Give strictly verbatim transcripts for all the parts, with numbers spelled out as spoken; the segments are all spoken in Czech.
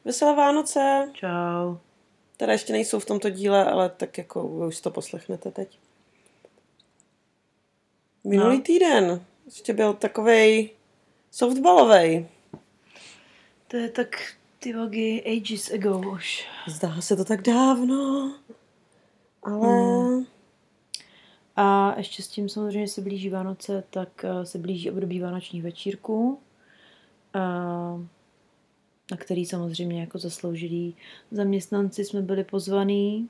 Veselé Vánoce. Čau. Teda ještě nejsou v tomto díle, ale tak jako vy už to poslechnete teď. Minulý No. týden ještě byl takovej softballovej. To je tak ty vogy ages ago už. Zdá se to tak dávno, ale... Hmm. A ještě s tím samozřejmě se blíží Vánoce, tak se blíží období vánočních večírků, na který samozřejmě jako zasloužilí zaměstnanci jsme byli pozvaní,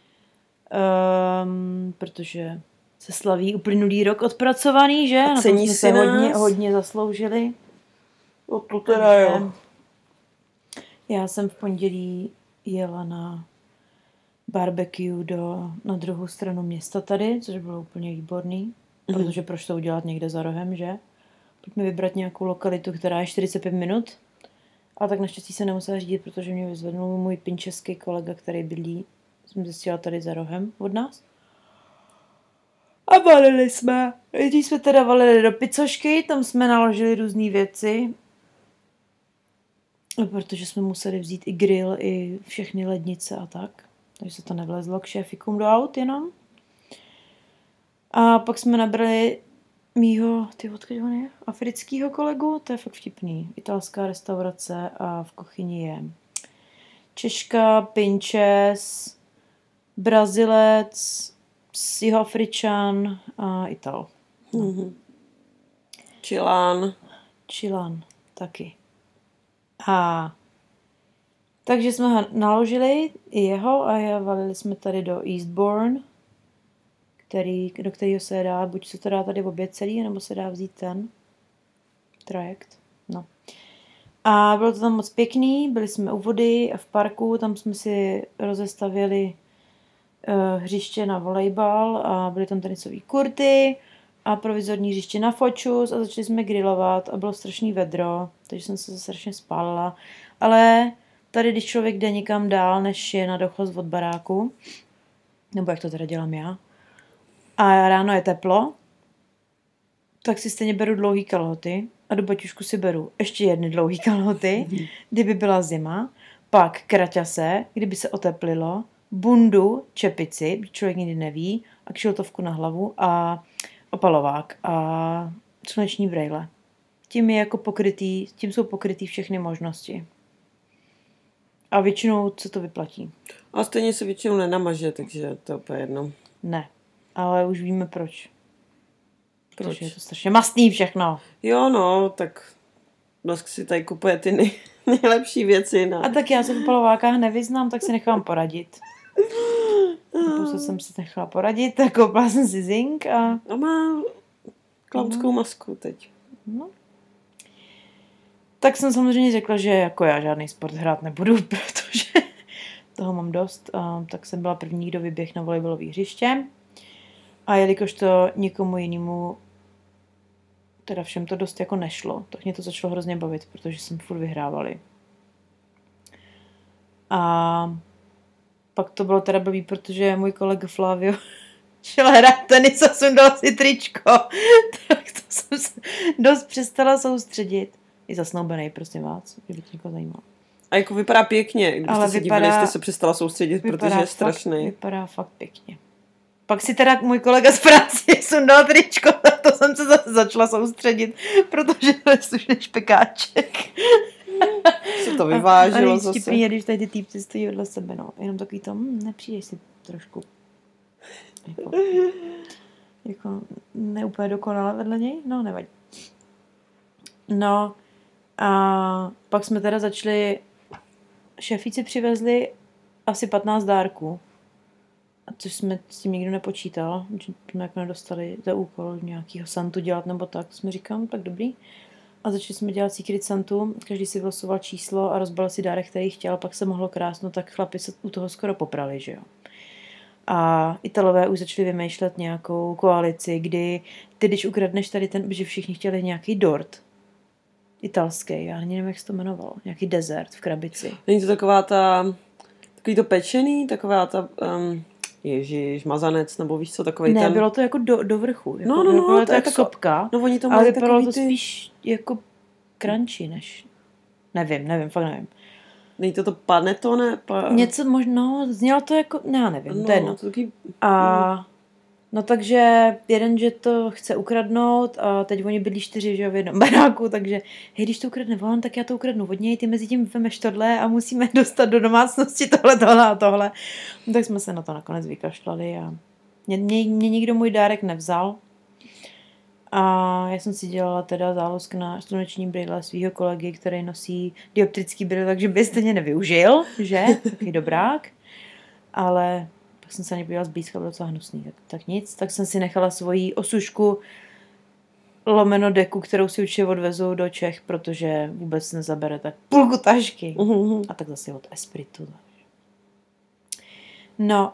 um, protože se slaví uplynulý rok odpracovaný, že? A cení jsme si se nás. hodně, hodně zasloužili. O to teda jo. Já jsem v pondělí jela na barbecue do, na druhou stranu města tady, což bylo úplně výborný, mm. protože proč to udělat někde za rohem, že? Pojďme vybrat nějakou lokalitu, která je čtyřicet pět minut. A tak naštěstí se nemusela řídit, protože mě vyzvednul můj pinčeský kolega, který bydlí, jsem zjistila tady za rohem od nás. A valili jsme. Když jsme teda valili do picošky, tam jsme naložili různé věci, protože jsme museli vzít i grill, i všechny lednice a tak. Takže se to nevlezlo k šéfikům do aut jenom. A pak jsme nabrali mýho, ty odkud on je? Africkýho kolegu, to je fakt vtipný. Italská restaurace a v kuchyni je Češka, Pinčes, Brazilec, Jihoafričan a Ital. No. Mm-hmm. Čilán. Čilán taky. A takže jsme ho naložili, i jeho, a valili jsme tady do Eastbourne, který, do kterého se dá, buď se to dá tady v oběd celý, nebo se dá vzít ten trajekt. No. A bylo to tam moc pěkný, byli jsme u vody a v parku, tam jsme si rozestavili uh, hřiště na volejbal a byly tam tenisové kurty a provizorní hřiště na fočus a začali jsme grillovat a bylo strašný vedro, takže jsem se strašně spálila. Ale tady, když člověk jde někam dál, než je na dochod od baráku, nebo jak to teda dělám já, a ráno je teplo, tak si stejně beru dlouhý kalhoty a do baťušku si beru ještě jedny dlouhý kalhoty, mm-hmm. kdyby byla zima, pak kraťase, kdyby se oteplilo, bundu, čepici, člověk nikdy neví, a kšiltovku na hlavu a opalovák a sluneční brejle. Tím je jako pokrytý, tím jsou pokrytý všechny možnosti. A většinou se to vyplatí. A stejně se většinou nenamaže, takže to je úplně jedno. Ne, ale už víme proč. Proč? Protože je to strašně mastný všechno. Jo, no, tak Blask si tady kupuje ty nej, nejlepší věci. Na... A tak já se v opalovákách nevyznám, tak si nechám poradit. Pouze jsem si nechala poradit a koupila jsem si zink a... A má klaunskou masku teď. No. Tak jsem samozřejmě řekla, že jako já žádný sport hrát nebudu, protože toho mám dost. A tak jsem byla první, kdo vyběh na volejbalové hřiště. A jelikož to nikomu jinému, teda všem to dost jako nešlo, tak mě to začalo hrozně bavit, protože jsem furt vyhrávali. A pak to bylo teda blbý, protože můj kolega Flavio šel hrát tenis a sundal si tričko. Tak to jsem se dost přestala soustředit. Je zasnoubený, prosím vás, kdyby tě někoho zajímalo. A jako vypadá pěkně, kdybyste ale se vypadá, dívali, jste se přestala soustředit, protože je strašný. Fakt, vypadá fakt pěkně. Pak si teda můj kolega z práce sundal tričko, tak to jsem se zase začala soustředit, protože to je slušný špekáček. Se to vyvážilo a, zase. A je, když tady ty týpci stojí vedle sebe, no. Jenom takový to, hm, nepřijdeš si trošku jako, jako neúplně dokonale vedle něj, no nevadí. No a pak jsme teda začali, šéfíci přivezli asi patnáct dárků. A což jsme s tím nikdo nepočítal, že jsme jako nedostali za úkol nějakýho Santu dělat nebo tak. Jsme říkali, tak dobrý. A začali jsme dělat Secret Santu, každý si vylosoval číslo a rozbal si dárek, který chtěl, pak se mohlo krást, no tak chlapi se u toho skoro poprali, že jo. A Italové už začali vymýšlet nějakou koalici, kdy ty, když ukradneš tady ten, že všichni chtěli nějaký dort italský, já nevím, jak se to jmenovalo, nějaký dezert v krabici. Není to taková ta, takový to pečený, taková ta... Um... Ježíš, mazanec, nebo víš co, takovej ne, ten... Ne, bylo to jako do, do vrchu. Jako, no, no, no. Bylo to, to jako tako... sopka, no, oni to ale vypadalo to ty... spíš jako crunchy, než... Nevím, nevím, fakt nevím. Není to to panetone? Pa... Něco možno, znělo to jako, ne, já nevím, no, to je jedno. To taky... A no takže jeden, že to chce ukradnout a teď oni bydlí čtyři, že jo, v jednom baráku, takže hej, když to ukradne on, tak já to ukradnu od něj, ty mezi tím vemeš tohle a musíme dostat do domácnosti tohle, tohle a tohle. No, tak jsme se na to nakonec vykašlali a mě, mě, mě nikdo můj dárek nevzal. A já jsem si dělala teda záložk na sluneční brýle svého kolegy, který nosí dioptrický brýle, takže by stejně nevyužil, že? Takový dobrák. Ale pak jsem se ani podívala zblízka, bylo docela hnusný. Tak, tak nic, tak jsem si nechala svoji osušku lomeno deku, kterou si určitě odvezu do Čech, protože vůbec nezabere tak půlku tašky. Mm-hmm. A tak zase od Espiritu. No.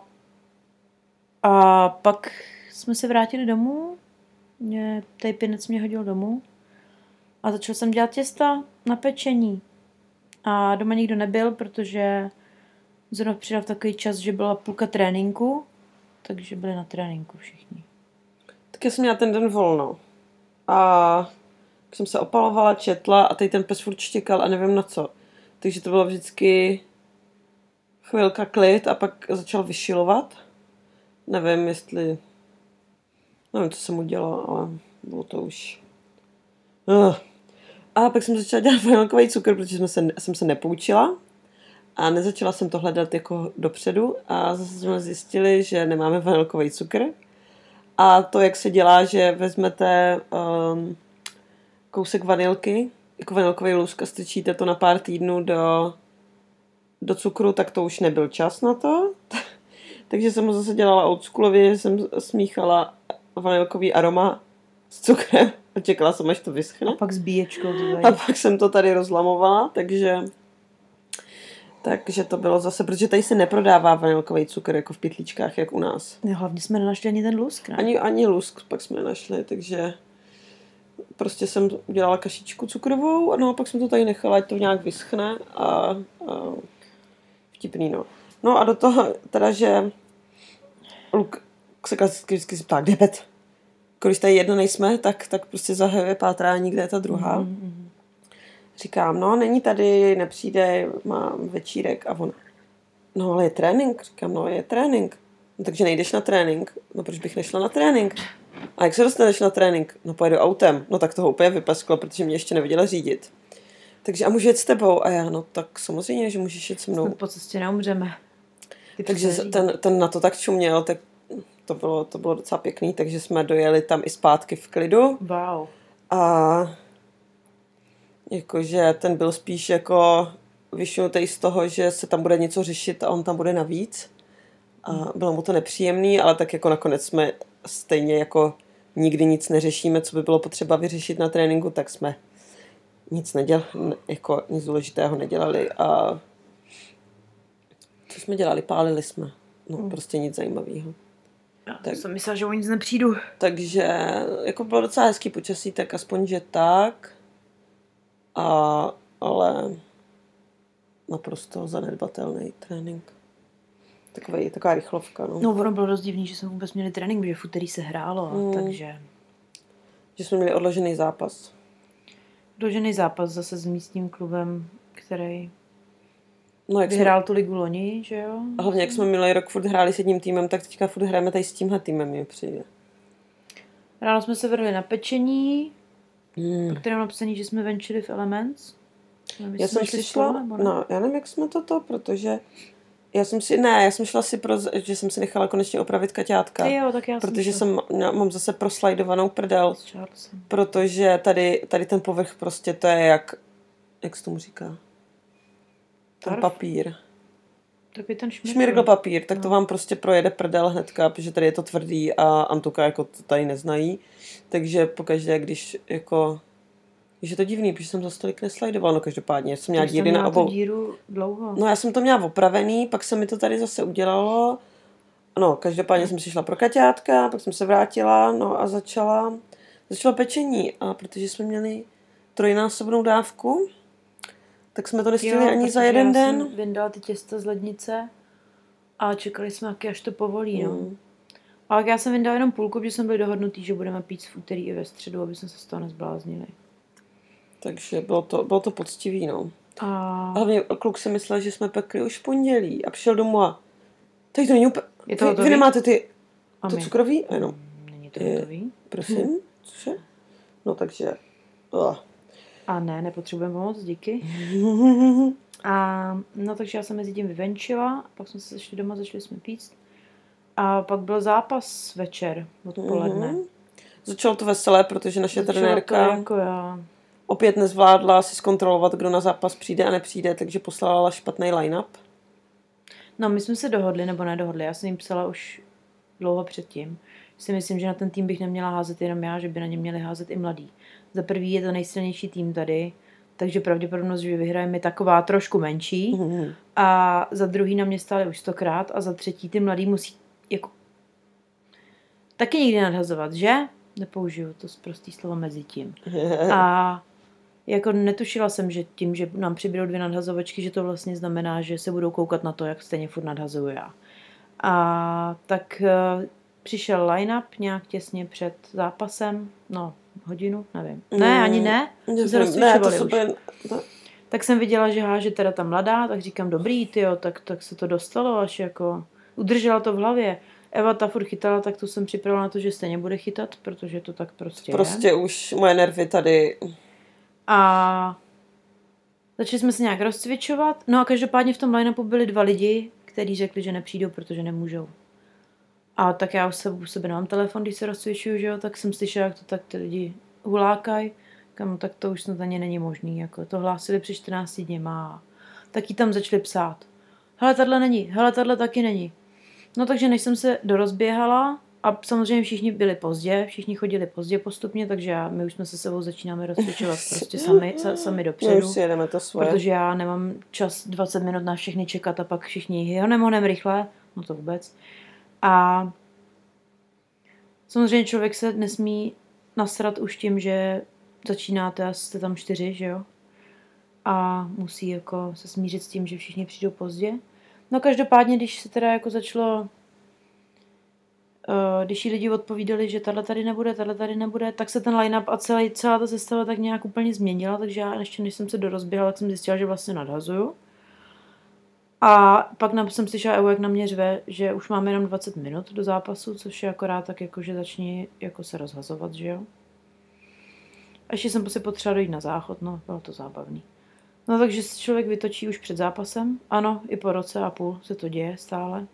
A pak jsme se vrátili domů. Mě, tady pinec mě hodil domů. A začal jsem dělat těsta na pečení. A doma nikdo nebyl, protože zrovna přidal v takový čas, že byla půlka tréninku. Takže byli na tréninku všichni. Tak já jsem měla ten den volno. A jsem se opalovala, četla a teď ten pes furt štěkal a nevím na co. Takže to bylo vždycky chvilka klid a pak začal vyšilovat. Nevím, jestli... Nevím, co jsem udělala, ale bylo to už... Uh. A pak jsem začala dělat vanilkový cukr, protože jsme se, jsem se nepoučila. A nezačala jsem to hledat jako dopředu. A zase jsme zjistili, že nemáme vanilkový cukr. A to, jak se dělá, že vezmete um, kousek vanilky, jako vanilkový lusk a strčíte to na pár týdnů do, do cukru, tak to už nebyl čas na to. Takže jsem ho zase dělala oldschoolově, že jsem smíchala vanilkový aroma s cukrem a čekala jsem, až to vyschne. A pak s bíječkou. A pak jsem to tady rozlamovala, takže... Takže to bylo zase, protože tady se neprodává vanilkový cukr jako v pytlíčkách, jak u nás. No, hlavně jsme nenašli ani ten lusk, ne? Ani, ani lusk pak jsme našli, takže prostě jsem udělala kašičku cukrovou a no a pak jsem to tady nechala, ať to nějak vyschne a, a vtipný, no. No a do toho teda, že Luk se klasicky vždycky se ptá, kde Bet? Když tady jedna nejsme, tak, tak prostě zahajuje pátrání, kde je ta druhá. Mm-hmm. Říkám, no, není tady, nepřijde, mám večírek a ona, no, ale je trénink. Říkám, no, je trénink. No, takže nejdeš na trénink. No, proč bych nešla na trénink? A jak se dostaneš na trénink? No, pojedu autem. No, tak toho úplně vypasklo, protože mě ještě neviděla řídit. Takže a můžu jet s tebou? A já, no, tak samozřejmě, že můžeš jet se mnou. Po cestě neumřeme. Takže ten, ten na to tak čuměl, tak to bylo, to bylo docela pěkný, takže jsme dojeli tam i zpátky v klidu. Wow. A jakože ten byl spíš jako vyšunutý z toho, že se tam bude něco řešit a on tam bude navíc. A bylo mu to nepříjemný, ale tak jako nakonec jsme stejně jako nikdy nic neřešíme, co by bylo potřeba vyřešit na tréninku, tak jsme nic nedělali, jako nic důležitého nedělali a co jsme dělali? Pálili jsme. No, hmm. prostě nic zajímavého. Já tak jsem myslela, že o nic nepřijdu. Takže jako bylo docela hezký počasí, tak aspoň, že tak. A, ale naprosto zanedbatelný trénink. Takový, taková rychlovka. No, no ono bylo dost divný, že jsme vůbec měli trénink, protože v úterý se hrálo, hmm. takže... Že jsme měli odložený zápas. Odložený zápas zase s místním klubem, který no, jak vyhrál jsme... tu ligu loni, že jo? A hlavně, jak jsme minulý rok furt hráli s jedním týmem, tak teďka furt hrajeme tady s tímhle týmem, mi přijde. Ráno jsme se vrhli na pečení, hmm. po kterém napsaný, že jsme venčili v Elements. My já jsem si šla, spolu, no, já nevím, jak jsme toto, protože já jsem si, ne, já jsem šla si pro, že jsem si nechala konečně opravit kaťátka. Jo, tak já protože jsem, jsem, já mám zase proslajdovanou prdel, protože tady, tady ten povrch prostě to je jak, jak se tomu říká? Ten Tarf? papír. Takový ten šmirgl. Šmirgl papír, tak no. to vám prostě projede prdel hnedka, protože tady je to tvrdý a Antuka jako to tady neznají. Takže pokaždé, když jako... Když je to divný, protože jsem za tolik neslajdovala, no každopádně jsem měla díry na obou. díru dlouho. No já jsem to měla opravený, pak se mi to tady zase udělalo. No, každopádně jsem si šla pro kaťátka, pak jsem se vrátila, no a začala, začala pečení. A protože jsme měli trojnásobnou dávku, tak jsme to nestihli ani za jeden já den. Jsem vyndala ty těsta z lednice a čekali jsme, až to povolí, no. Mm. A já jsem vyndala jenom půlku, protože jsme byli dohodnutý, že budeme pít v úterý i ve středu, aby jsme se z toho nezbláznili. Takže bylo to, bylo to poctivý, no. A... Hlavně kluk si myslel, že jsme pekli už v pondělí a přišel domů a tady to není úplně... Je to vy, hotový? vy nemáte ty... A To my? cukroví? Ano. Není to hotový? Prosím? Cože? No takže... Oh. A ne, nepotřebujeme pomoc, díky. A no takže já jsem mezi tím vyvenčila, pak jsme se sešli doma, začali jsme pít. A pak byl zápas večer, odpoledne. Mm-hmm. Začalo to veselé, protože naše Začalo trenérka to jako já. opět nezvládla si zkontrolovat, kdo na zápas přijde a nepřijde, takže poslala špatný line-up. No my jsme se dohodli, nebo nedohodli, já jsem jim psala už dlouho předtím. Si myslím, že na ten tým bych neměla házet jenom já, že by na ně měli házet i mladí. Za prvý je to nejsilnější tým tady, takže pravděpodobnost, že vyhrajeme, je taková trošku menší. Mm-hmm. A za druhý na mě stále už stokrát a za třetí ty mladí musí jako taky nikdy nadhazovat, že? Nepoužiju to prostý slovo mezi tím. A jako netušila jsem, že tím, že nám přibydou dvě nadhazovačky, že to vlastně znamená, že se budou koukat na to, jak stejně furt nadhazuju já. A tak uh, přišel line-up nějak těsně před zápasem, no hodinu, nevím. Ne, ani ne, jsme se rozcvičovali už. Super... Tak jsem viděla, že háže teda ta mladá, tak říkám, dobrý, tyjo, tak, tak se to dostalo až jako, udržela to v hlavě. Eva ta furt chytala, tak tu jsem připravila na to, že stejně bude chytat, protože to tak prostě Prostě je. už moje nervy tady... A začali jsme se nějak rozcvičovat, no a každopádně v tom line-upu byli dva lidi, kteří řekli, že nepřijdou, protože nemůžou. A tak já už se, u sebe nemám telefon, když se rozcvičuju, že jo, tak jsem slyšela, jak to tak ty lidi hulákají. Kam, tak to už snad ani není možný, jako to hlásili před čtrnácti dněma. Taky tam začali psát. Hele, tahle není, hele, tahle taky není. No takže než jsem se dorozběhala, a samozřejmě všichni byli pozdě, všichni chodili pozdě postupně, takže já, my už jsme se sebou začínáme rozcvičovat prostě sami, sami dopředu. My už si jedeme to svoje. Protože já nemám čas dvacet minut na všechny čekat a pak všichni honem, honem rychle, no to vůbec. A samozřejmě člověk se nesmí nasrat už tím, že začínáte a jste tam čtyři, že jo? A musí jako se smířit s tím, že všichni přijdou pozdě. No každopádně, když se teda jako začalo, uh, když jí lidi odpovídali, že tahle tady nebude, tahle tady nebude, tak se ten line-up a celý, celá ta sestava tak nějak úplně změnila, takže já ještě než jsem se dorozběhala, tak jsem zjistila, že vlastně nadhazuju. A pak jsem slyšela Evu, jak na mě řve, že už máme jenom dvacet minut do zápasu, což je akorát tak jako, že začni jako se rozhazovat, že jo. A ještě jsem si potřeba dojít na záchod, no, bylo to zábavný. No takže se člověk vytočí už před zápasem, ano, i po roce a půl se to děje stále.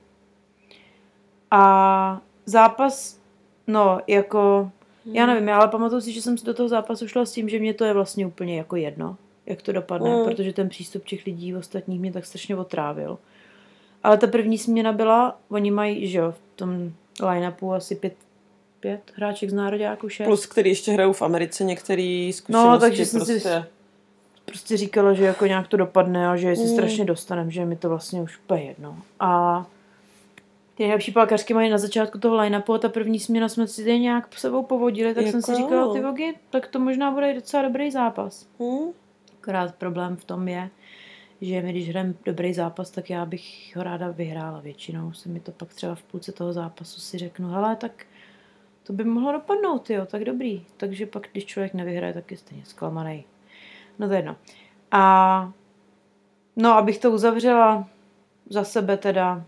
A zápas, no, jako, hmm. já nevím, ale pamatuju si, že jsem do toho zápasu šla s tím, že mě to je vlastně úplně jako jedno, jak to dopadne, hmm. protože ten přístup těch lidí ostatních mě tak strašně otrávil. Ale ta první směna byla, oni mají, že jo, v tom line-upu asi pět, pět hráček z nároďáku, šest. Plus, který ještě hrajou v Americe, některý zkušenosti. No, takže jsem prostě... si prostě říkala, že jako nějak to dopadne a že si mm. strašně dostanem, že mi to vlastně už úplně jedno. A ty nejlepší pálkařky mají na začátku toho line-upu a ta první směna jsme si tady nějak po sebou povodili, tak jako... jsem si říkala, ty vogy, tak to možná bude docela dobrý zápas. Mm. Akorát problém v tom je, že my, když hrajeme dobrý zápas, tak já bych ho ráda vyhrála většinou. Se mi to pak třeba v půlce toho zápasu si řeknu, hele, tak to by mohlo dopadnout, jo, tak dobrý. Takže pak, když člověk nevyhraje, tak je stejně zklamanej. No to je jedno. A no, abych to uzavřela za sebe teda,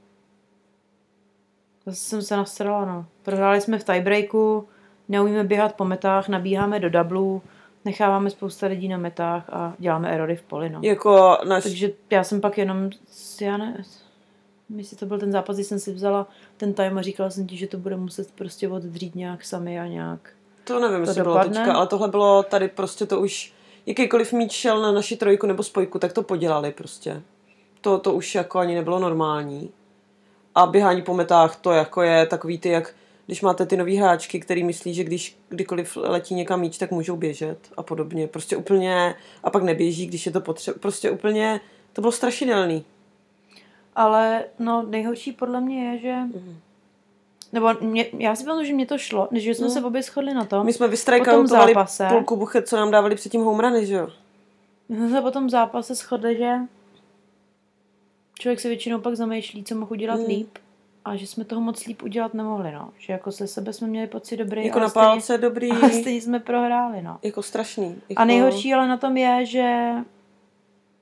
zase jsem se nasrala, no. Prohráli jsme v tiebreaku, neumíme běhat po metách, nabíháme do doublů, necháváme spousta lidí na metách a děláme erory v poli, no. Jako naš... Takže já jsem pak jenom, já ne, myslím, to byl ten zápas, kdy jsem si vzala ten time a říkala jsem ti, že to bude muset prostě oddřít nějak sami a nějak to nevím, to jestli bylo teďka, ale tohle bylo tady prostě to už, jakýkoliv míč šel na naši trojku nebo spojku, tak to podělali prostě. To, to už jako ani nebylo normální. A běhání po metách, to jako je takový ty, jak když máte ty nový hráčky, který myslí, že když kdykoliv letí někam míč, tak můžou běžet a podobně. Prostě úplně, a pak neběží, když je to potřeba. Prostě úplně, to bylo strašidelný. Ale no nejhorší podle mě je, že mm. nebo mě, já si pamatuju, že mě to šlo, že jsme mm. se obě shodli na tom. My jsme vystrajkautovali půlku buchet, co nám dávali předtím home runy, že jo? My jsme se po tom zápase shodli, že člověk se většinou pak zamýšlí, co mohl udělat mm. líp a že jsme toho moc líp udělat nemohli, no. Že jako se sebe jsme měli pocit dobrý. Jako na pálce stejně, dobrý. Ale stejně jsme prohráli, no. Jako strašný. Jako... A nejhorší ale na tom je, že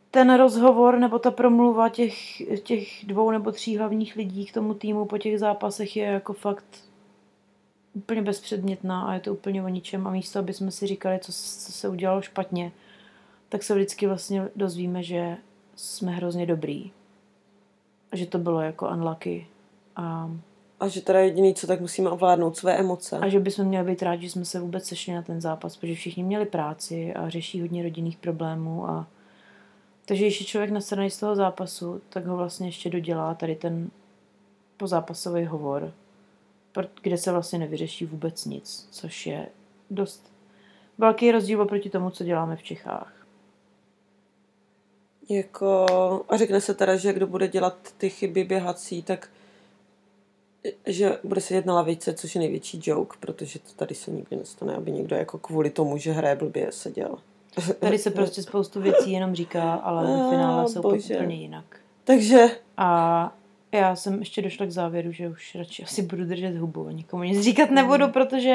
ten rozhovor nebo ta promluva těch, těch dvou nebo tří hlavních lidí k tomu týmu po těch zápasech je jako fakt úplně bezpředmětná a je to úplně o ničem a místo, aby jsme si říkali, co, co se udělalo špatně, tak se vždycky vlastně dozvíme, že jsme hrozně dobrý. A že to bylo jako unlucky. A, a že teda jediný, co tak musíme ovládnout své emoce. A že bychom měli být rádi, že jsme se vůbec sešli na ten zápas, protože všichni měli práci a řeší hodně rodinných problémů. A... Takže když je člověk nasranej z toho zápasu, tak ho vlastně ještě dodělá tady ten pozápasový hovor, kde se vlastně nevyřeší vůbec nic, což je dost velký rozdíl oproti tomu, co děláme v Čechách. Jako, a řekne se teda, že kdo bude dělat ty chyby běhací, tak že bude sedět na lavice, což je největší joke, protože to tady se nikdy nestane, aby někdo jako kvůli tomu, že hraje blbě, seděl. Tady se prostě spoustu věcí jenom říká, ale ve finále jsou úplně jinak. Takže... A já jsem ještě došla k závěru, že už radši asi budu držet hubu a nikomu nic říkat nebudu, hmm. protože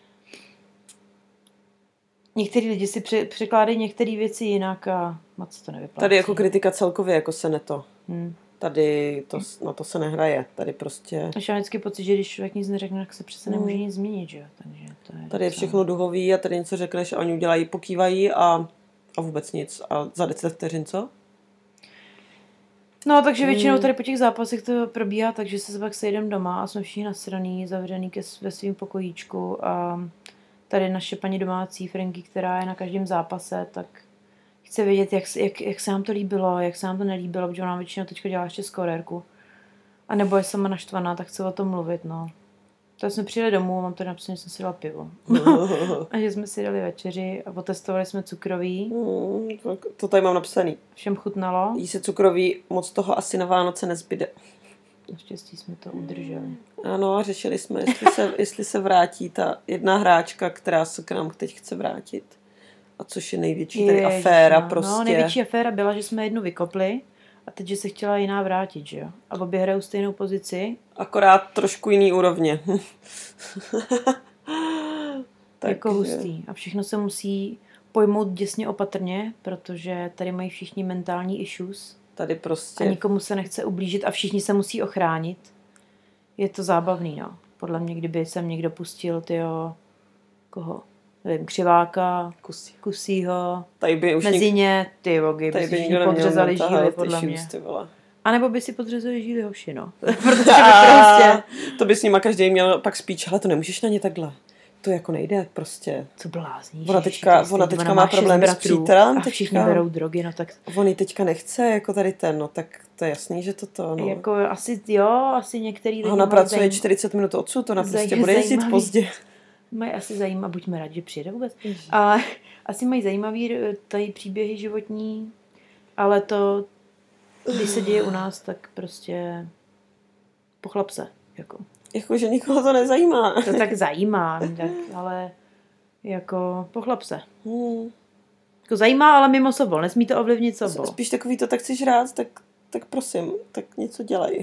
některý lidi si pře- překládají některé věci jinak a moc to nevyplácí. Tady jako kritika celkově, jako se ne to. Hmm. Tady to, na to se nehraje. Tady prostě... Až já vždycky pocit, že když člověk nic neřekne, tak se přece nemůže nic změnit, že jo? Takže to je tady je všechno duhový a tady něco řekneš a oni udělají, pokývají a, a vůbec nic. A za deset vteřin co? No, takže většinou tady po těch zápasech to probíhá, takže se pak sejdem doma a jsme všichni nasraný, zavřený ke, ve svým pokojíčku a tady naše paní domácí Franky, která je na každém zápase, tak chce vědět, jak, jak, jak se nám to líbilo, jak se nám to nelíbilo, protože ona většinou teďka dělá ještě skorérku. A nebo je sama naštvaná, tak chce o tom mluvit, no. Tak jsme přijeli domů, mám tady napsané, že jsem si dala pivo. A že jsme si dali večeři a otestovali jsme cukroví. Mm, to tady mám napsaný. Všem chutnalo. Jí se cukroví, moc toho asi na Vánoce nezbyde. Naštěstí jsme to udrželi. Ano, a řešili jsme, jestli se, jestli se vrátí ta jedna hráčka, která se k nám teď chce vrátit. A což je největší tady Ježiš, aféra no. prostě. No, největší aféra byla, že jsme jednu vykopli a teď, že se chtěla jiná vrátit, že jo? A obě hrajou stejnou pozici. Akorát trošku jiný úrovně. Tak, jako hustý. A všechno se musí pojmout děsně opatrně, protože tady mají všichni mentální issues. Tady prostě... A nikomu se nechce ublížit a všichni se musí ochránit. Je to zábavný, no. Podle mě, kdyby sem někdo pustil, tyjo, koho? Nevím, Křiváka, Kusí. Kusího, tady by už Mezině, ty vogy, by si všichni podřezali žíly, podle mě. A nebo by si podřezali žíly hoši, no. Protože prostě... To by s nima každý měl pak speech, ale to nemůžeš na ně takhle. To jako nejde prostě. Co blázní. Ona teďka, ona teďka má problémy s přítelem. A všichni berou drogy, no tak... On ji teďka nechce, jako tady ten, no tak to je jasný, že toto, no. Jako asi, jo, asi některý lidi... Ona pracuje zajím... čtyřicet minut odsud, ona prostě bude jezdit pozdě. Mají asi zajímavý, buďme rádi, že přijede vůbec. A asi mají zajímavý tady příběhy životní, ale to, když se děje u nás, tak prostě pochlap se, jako. Jako, že nikoho to nezajímá. To tak zajímá, tak, ale jako pochlap se. Hmm. Jako zajímá, ale mimo sobou, nesmí to ovlivnit sobou. Spíš takový to, tak chceš rád, tak, tak prosím, tak něco dělej.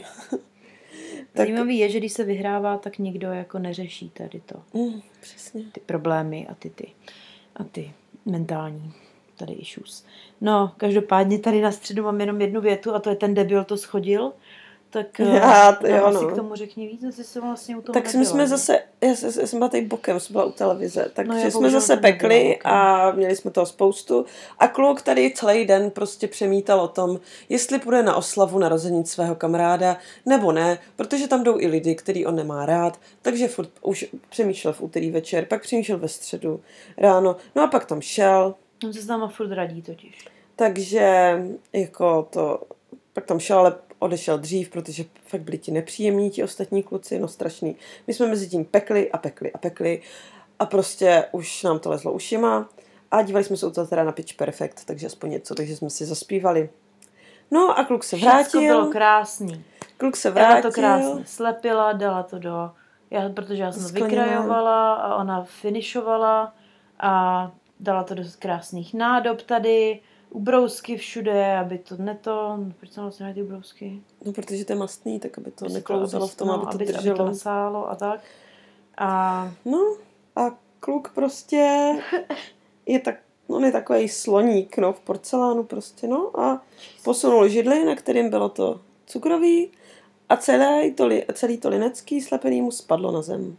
Zajímavý je, že když se vyhrává, tak nikdo jako neřeší tady to. Mm, přesně. Ty problémy a ty, ty, a ty mentální tady issues. No, každopádně tady na středu mám jenom jednu větu a to je ten debil to schodil. Tak já, to, jo, asi no. k tomu řekni víc, co jsi vlastně u toho Tak nebyla, jsme ne? zase, já, já jsem byla tady bokem, jsem byla u televize, takže no, jsme zase pekli a měli jsme toho spoustu a kluk tady celý den prostě přemítal o tom, jestli půjde na oslavu narození svého kamaráda nebo ne, protože tam jdou i lidi, který on nemá rád, takže furt už přemýšlel v úterý večer, pak přemýšlel ve středu ráno, no a pak tam šel. On se s náma furt radí totiž. Takže jako to, pak tam šel, ale odešel dřív, protože fakt byli ti nepříjemní, ti ostatní kluci, no strašný. My jsme mezi tím pekli a pekli a pekli a prostě už nám to lezlo ušima a dívali jsme se u toho teda na Pitch Perfect, takže aspoň něco, takže jsme si zaspívali. No a kluk se vrátil. Všechno bylo krásný. Kluk se vrátil. Ela to krásně slepila, dala to do, já, protože já jsem to vykrajovala a ona finišovala a dala to do krásných nádob tady, ubrousky všude, aby to neto... Proč jsem vlastně ty ubrousky? No, protože to je mastný, tak aby to neklouzalo v tom, no, aby to aby, drželo. Aby to nasálo a tak. A... No, a kluk prostě je tak on je takový sloník, no, v porcelánu prostě, no, a posunul židli, na kterým bylo to cukroví a celý to, celý to linecký slepený mu spadlo na zem.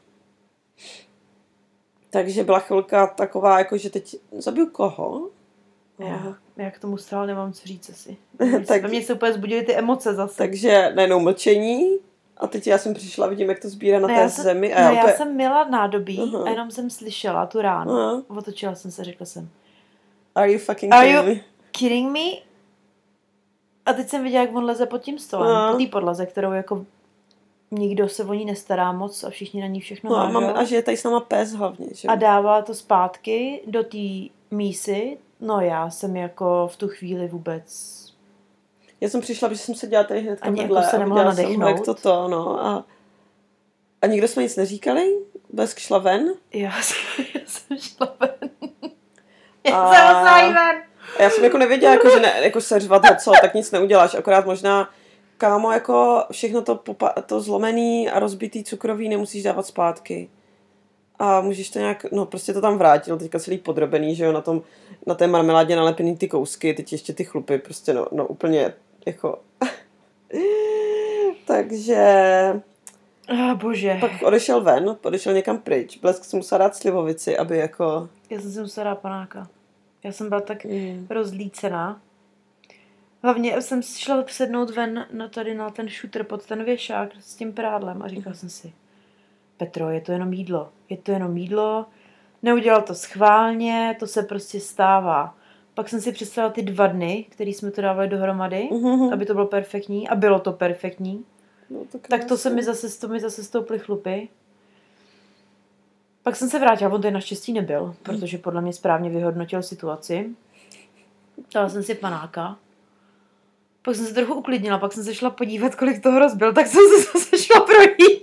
Takže byla chvilka taková, jako že teď zabiju koho? Já, já k tomu stále nemám co říct asi. tak, ve mně se úplně zbudily ty emoce zase. Takže najednou mlčení a teď já jsem přišla, vidím, jak to sbírá na no té jsem, zemi. A no já, já úplně... jsem měla nádobí uh-huh. a jenom jsem slyšela tu ránu. Uh-huh. Otočila jsem se, řekla jsem. Are you fucking Are kidding you me? kidding me? A teď jsem viděla, jak on leze pod tím stolem, uh-huh. po té podlaze, kterou jako nikdo se o ní nestará moc a všichni na ní všechno no, hážou. mám, a že je tady s náma pes hlavně. Že? A dává to zpátky do té mísy. No já jsem jako v tu chvíli vůbec... Já jsem přišla, protože jsem se dělala tady hnedka Ani vedle jako se nemohla nadechnout. Jak to to, no. A, a nikdo jsme nic neříkali? Blesk šla ven? Já jsem, já jsem šla ven. Já a, jsem šla ven. A já jsem jako nevěděla, jako, že ne, jako seřvat ho, co, tak nic neuděláš. Akorát možná, kámo, jako všechno to, popa- to zlomený a rozbitý cukroví nemusíš dávat zpátky. A můžeš to nějak, no prostě to tam vrátil, teďka celý podrobený, že jo, na tom, na té marmeládě nalepený ty kousky, teď ještě ty chlupy, prostě no, no úplně, jako... Takže... Oh, bože. Pak odešel ven, odešel někam pryč, Blesk si musela dát slivovici, aby jako... Já jsem si musela dát panáka. Já jsem byla tak mm. rozlícená. Hlavně jsem šla sednout ven na tady na ten šutr pod ten věšák s tím prádlem a říkala mm. jsem si, Petro, je to jenom jídlo. Je to jenom jídlo. Neudělal to schválně, to se prostě stává. Pak jsem si představila ty dva dny, který jsme to dávali dohromady, mm-hmm. aby to bylo perfektní. A bylo to perfektní. No, to tak to se mi zase, to mi zase stouply chlupy. Pak jsem se vrátila, on tady naštěstí nebyl, protože podle mě správně vyhodnotil situaci. Dala jsem si panáka. Pak jsem se trochu uklidnila, pak jsem se šla podívat, kolik toho rozbil, tak jsem se zase šla projít.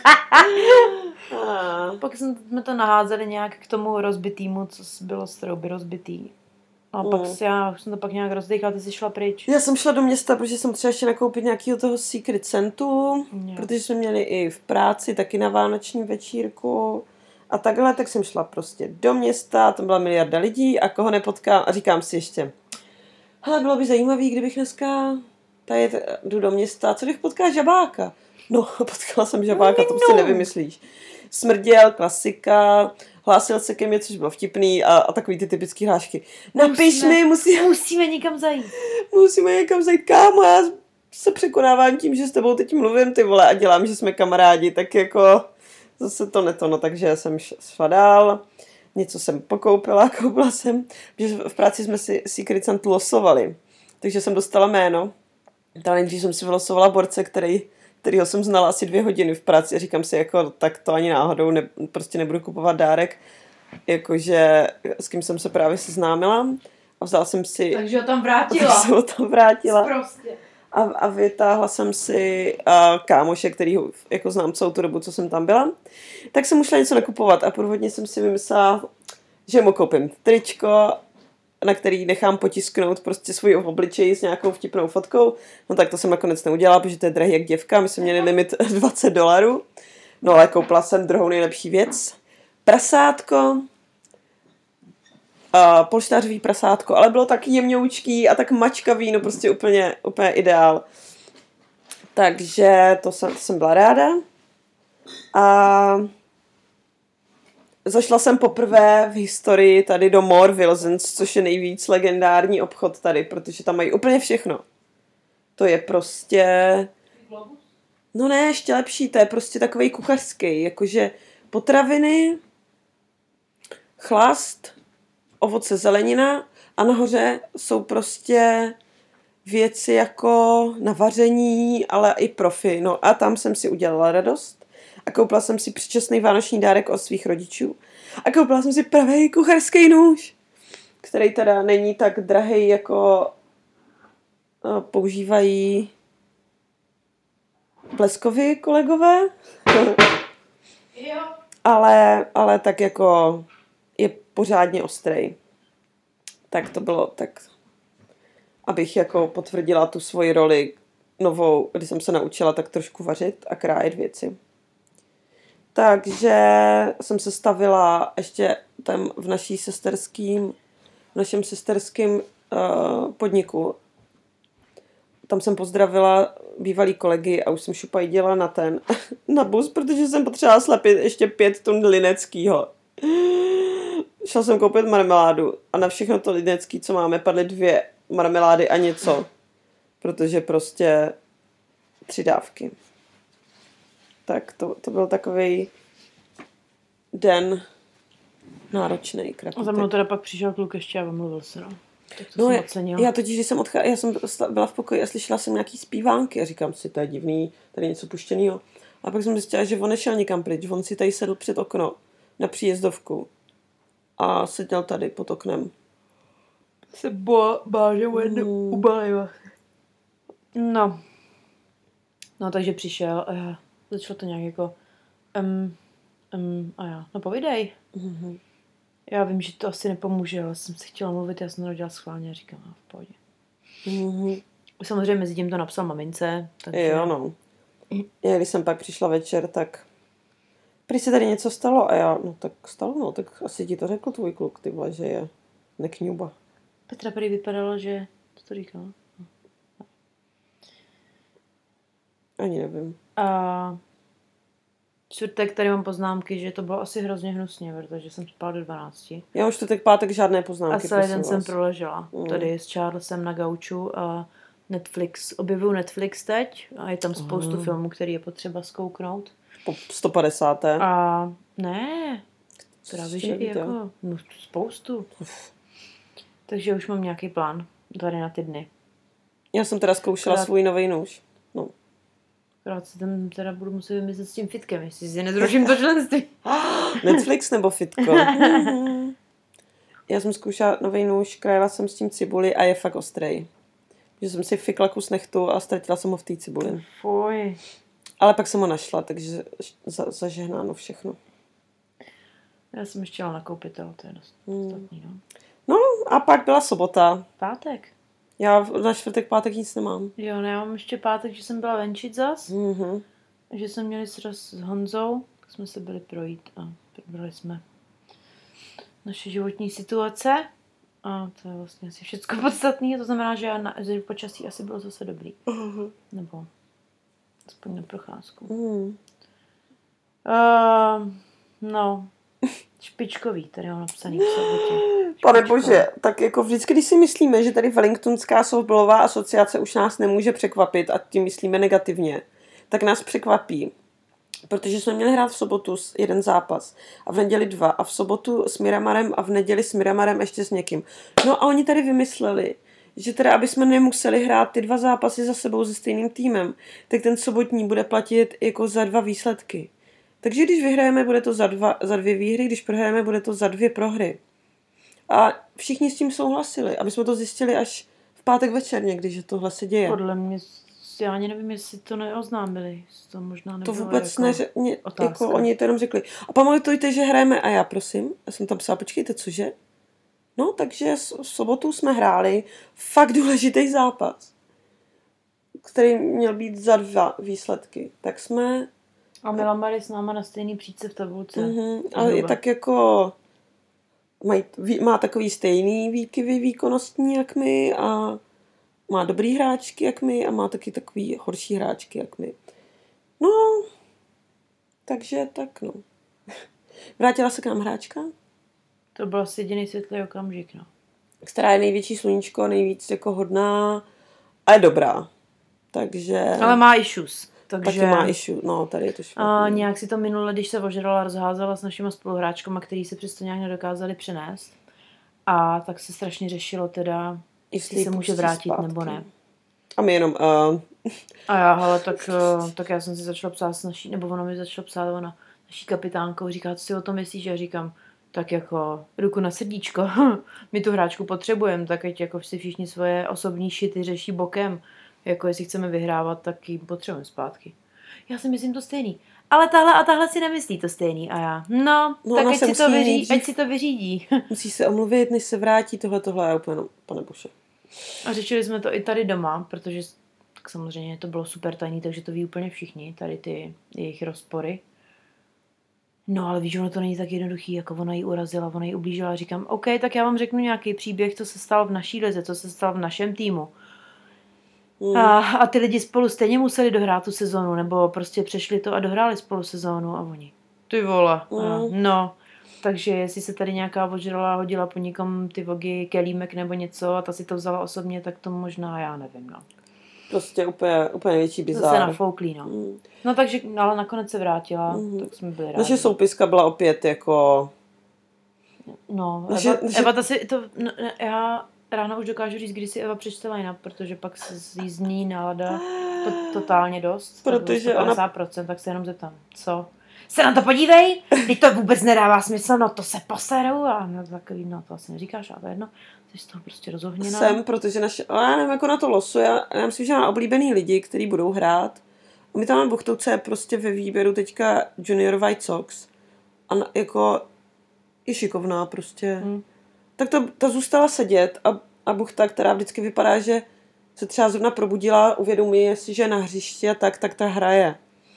Pak jsme to naházeli nějak k tomu rozbitýmu, co bylo z trouby rozbitý. A pak mm. já už jsem to pak nějak rozdýchala, ty jsi šla pryč. Já jsem šla do města, protože jsem třeba ještě nakoupit nějakého toho Secret Sentu, yeah. protože jsme měli i v práci, taky na vánoční večírku a takhle, tak jsem šla prostě do města, tam byla miliarda lidí a koho nepotkám a říkám si ještě, hele, bylo by zajímavý, kdybych dneska tady jdu do města, co bych potkala žabáka? No, potkala jsem žabáka, to si nevymyslíš. Smrděl, klasika, hlásil se ke mně, což bylo vtipný a, a takový ty typický hlášky. Napiš musíme, mi, musí... musíme někam zajít. Musíme někam zajít, kámo, já se překonávám tím, že s tebou teď mluvím, ty vole, a dělám, že jsme kamarádi, tak jako zase to neto, no, takže jsem šla dál, něco jsem pokoupila, koupila jsem, protože v práci jsme si Secret Santa losovali, takže jsem dostala jméno, tak nejdřív jsem si vylosovala borce, který kterýho jsem znala asi dvě hodiny v práci a říkám si, jako, tak to ani náhodou ne, prostě nebudu kupovat dárek, jakože s kým jsem se právě seznámila a vzala jsem si... Takže ho tam vrátila. Takže jsem ho tam vrátila. Prostě. A, a vytáhla jsem si a, kámoše, kterýho jako znám celou tu dobu, co jsem tam byla. Tak jsem šla něco nakupovat a průvodně jsem si vymyslela, že mu koupím tričko, na který nechám potisknout prostě svůj obličej s nějakou vtipnou fotkou. No tak to jsem nakonec neudělala, protože to je drahý jak děvka. My jsme měli limit dvacet dolarů. No ale koupila jsem druhou nejlepší věc. Prasátko. A polštářový prasátko, ale bylo tak jemňoučký a tak mačkavý, no prostě úplně, úplně ideál. Takže to jsem, to jsem byla ráda. A zašla jsem poprvé v historii tady do More Wilsons, což je nejvíc legendární obchod tady, protože tam mají úplně všechno. To je prostě... No ne, ještě lepší, to je prostě takovej kuchařský, jakože potraviny, chlast, ovoce, zelenina a nahoře jsou prostě věci jako na vaření, ale i profi. No a tam jsem si udělala radost. A koupila jsem si předčasný vánoční dárek od svých rodičů. A koupila jsem si pravý kuchařský nůž, který teda není tak drahý, jako používají Bleskovi kolegové. Jo. ale, ale tak jako je pořádně ostrej. Tak to bylo tak, abych jako potvrdila tu svoji roli novou, kdy jsem se naučila tak trošku vařit a krájet věci. Takže jsem se stavila ještě tam v naší sesterským v našem sesterském uh, podniku. Tam jsem pozdravila bývalý kolegy a už jsem šupajdila na ten, na bus, protože jsem potřebovala slepit ještě pět tun lineckýho. Šla jsem koupit marmeládu a na všechno to linecký, co máme, padly dvě marmelády a něco. Protože prostě tři dávky. Tak to, to byl takovej den náročnej. A za mnou teda pak přišel kluk ještě a omluvil se, no. Tak to no jsem já, ocenil. já totiž, když jsem odcházela, já jsem byla v pokoji a slyšela jsem nějaký zpívánky a říkám si, to je divný, tady něco puštěnýho. A pak jsem zjistila, že on nešel nikam pryč, on si tady sedl před okno na příjezdovku a seděl tady pod oknem. Se bo, bál, že bude Hmm. ubalil. No. No, takže přišel a já, začalo to nějak jako um, um, a já, no povídej. Mm-hmm. Já vím, že to asi nepomůže, ale jsem si chtěla mluvit, já jsem to dělala schválně a říkám, no, v pohodě. Mm-hmm. Samozřejmě mezi tím to napsal mamince. Takže... Jo, no. Já, když jsem pak přišla večer, tak prý se tady něco stalo a já, no tak stalo, no, tak asi ti to řekl tvůj kluk, ty vole, že je nekňuba. Petra prý vypadalo, že, co to říkala? Ani nevím. A čtvrtek tady mám poznámky, že to bylo asi hrozně hnusně, protože jsem spala do dvanácti. Já už to tak pátek žádné A poznámky, celý den prosím jsem vás. proležela. Mm. Tady s Charlesem na gauču a Netflix. Objevuju Netflix teď a je tam spoustu Mm. filmů, který je potřeba zkouknout. Po sto padesát. A ne, právě, Ještě že i nevíte. jako no, spoustu. Takže už mám nějaký plán tady na ty dny. Já jsem teda zkoušela Akorát- svůj nový nůž. No. Akorát si tam teda budu muset vymyslet s tím fitkem, jestli si nezruším to členství. Netflix nebo fitko? Mhm. Já jsem zkoušela nový nůž, krájela jsem s tím cibuli a je fakt ostrej. Že jsem si fikla kus nechtu a ztratila jsem ho v té cibuli. Fuj. Ale pak jsem ho našla, takže za, zažehnáno všechno. Já jsem ještě chtěla nakoupit, ale to je dost Hmm. ostatní, no. No a pak byla sobota. Pátek. Já v- na čtvrtek, pátek nic nemám. Jo, ne, já mám ještě pátek, že jsem byla venčit zas. Mhm. Že jsme měli sraz s Honzou, tak jsme se byli projít a probrali jsme naše životní situace. A to je vlastně asi všecko podstatné. To znamená, že, já na, že počasí asi bylo zase dobrý. Mhm. Nebo aspoň na procházku. Mhm. Uh, no, špičkový, tady mám napsaný v sobotě. Pane Špičkový. bože, tak jako vždycky, když si myslíme, že tady Wellingtonská softballová asociace už nás nemůže překvapit a tím myslíme negativně, tak nás překvapí. Protože jsme měli hrát v sobotu s- jeden zápas a v neděli dva a v sobotu s Miramarem a v neděli s Miramarem ještě s někým. No a oni tady vymysleli, že teda, aby jsme nemuseli hrát ty dva zápasy za sebou se stejným týmem, tak ten sobotní bude platit jako za dva výsledky. Takže když vyhrajeme, bude to za, dva, za dvě výhry, když prohrajeme, bude to za dvě prohry. A všichni s tím souhlasili, aby jsme to zjistili až v pátek večer někdy, že tohle se děje. Podle mě, já ani nevím, jestli to neoznámili. To možná To nebylo vůbec jako neře- ně, otázka. jako oni to jenom řekli. A pamatujte, že hrajeme a já prosím, já jsem tam psala, počkejte, cože? No, takže s- v sobotu jsme hráli fakt důležitý zápas, který měl být za dva výsledky. Tak jsme, A Milan je s náma na stejný příčce v tabulce. mm-hmm, ale je Doba. tak jako, maj, ví, má takový stejný výkyvy výkonnostní jak my a má dobrý hráčky jak my a má taky takový horší hráčky jak my. No, takže tak no. Vrátila se k nám hráčka, To byl asi jediný světlý okamžik, no. která je největší sluníčko, nejvíc jako hodná a je dobrá. Takže Ale má issues. Takže taky má issue. No, tady je to a špatný. nějak si to minule, když se ožrala, rozházela s našimi spoluhráčkama, který se přesto nějak nedokázali přenést. A tak se strašně řešilo teda, jestli se může pustí vrátit zpátky. nebo ne. A my jenom, uh, A já, hele, tak, eh, tak já jsem si začala psát s naší, nebo ona mi začala psát, ona, naší kapitánkou, říká, co si o tom myslíš? Já říkám, tak jako ruku na srdíčko, my tu hráčku potřebujeme, tak ať jako si všichni svoje osobní šity řeší bokem, jako jestli chceme vyhrávat, tak ji potřebujeme zpátky. Já si myslím to stejný. Ale tahle a tahle si nemyslí to stejný. A já, no, No, tak ona ať se si, to musí vyří, nejdřív- ať si to vyřídí. musí se omluvit, než se vrátí tohle, tohle. A úplně, no, pane bože. A řešili jsme to i tady doma, protože tak samozřejmě to bylo super tajný, takže to ví úplně všichni, tady ty jejich rozpory. No, ale víš, ono to není tak jednoduchý, jako ona jí urazila, ona jí ublížila. Říkám, OK, tak já vám řeknu nějaký příběh, co se stalo v naší lize, co se stalo v našem týmu. Mm. A, a ty lidi spolu stejně museli dohrát tu sezónu, nebo prostě přešli to a dohráli spolu sezónu a oni. Ty vole. Mm. No, takže jestli se tady nějaká ožrala hodila po někom ty vogy kelímek nebo něco a ta si to vzala osobně, tak to možná já nevím, no. Prostě úplně, úplně větší bizár. Zase nafouklý, no. Mm. No takže, ale nakonec se vrátila, mm. tak jsme byli rádi. Naše soupiska byla opět jako... No, naše, Eva, naše... Eva ta si to... No, já ráno už dokážu říct, když si Eva přečte line-up, protože pak se jí zní nálada to, totálně dost. Protože padesát procent, ona... tak se jenom zeptám, co? Se na to podívej, když to vůbec nedává smysl, no to se poserou a no takový, no to asi neříkáš, ale to je jedno, jsi z toho prostě rozohněná. Jsem, protože naše, ale já nevím, jako na to losu, já, já myslím, že mám oblíbený lidi, kteří budou hrát. A my tam máme Buchtou, co je prostě ve výběru teďka Junior White Sox a na, jako je šikovná prostě. Hmm. Tak to, ta zůstala sedět a, a Buchta, která vždycky vypadá, že se třeba zrovna probudila, uvědomí, jestli že je na hřišti a tak, tak ta hraje.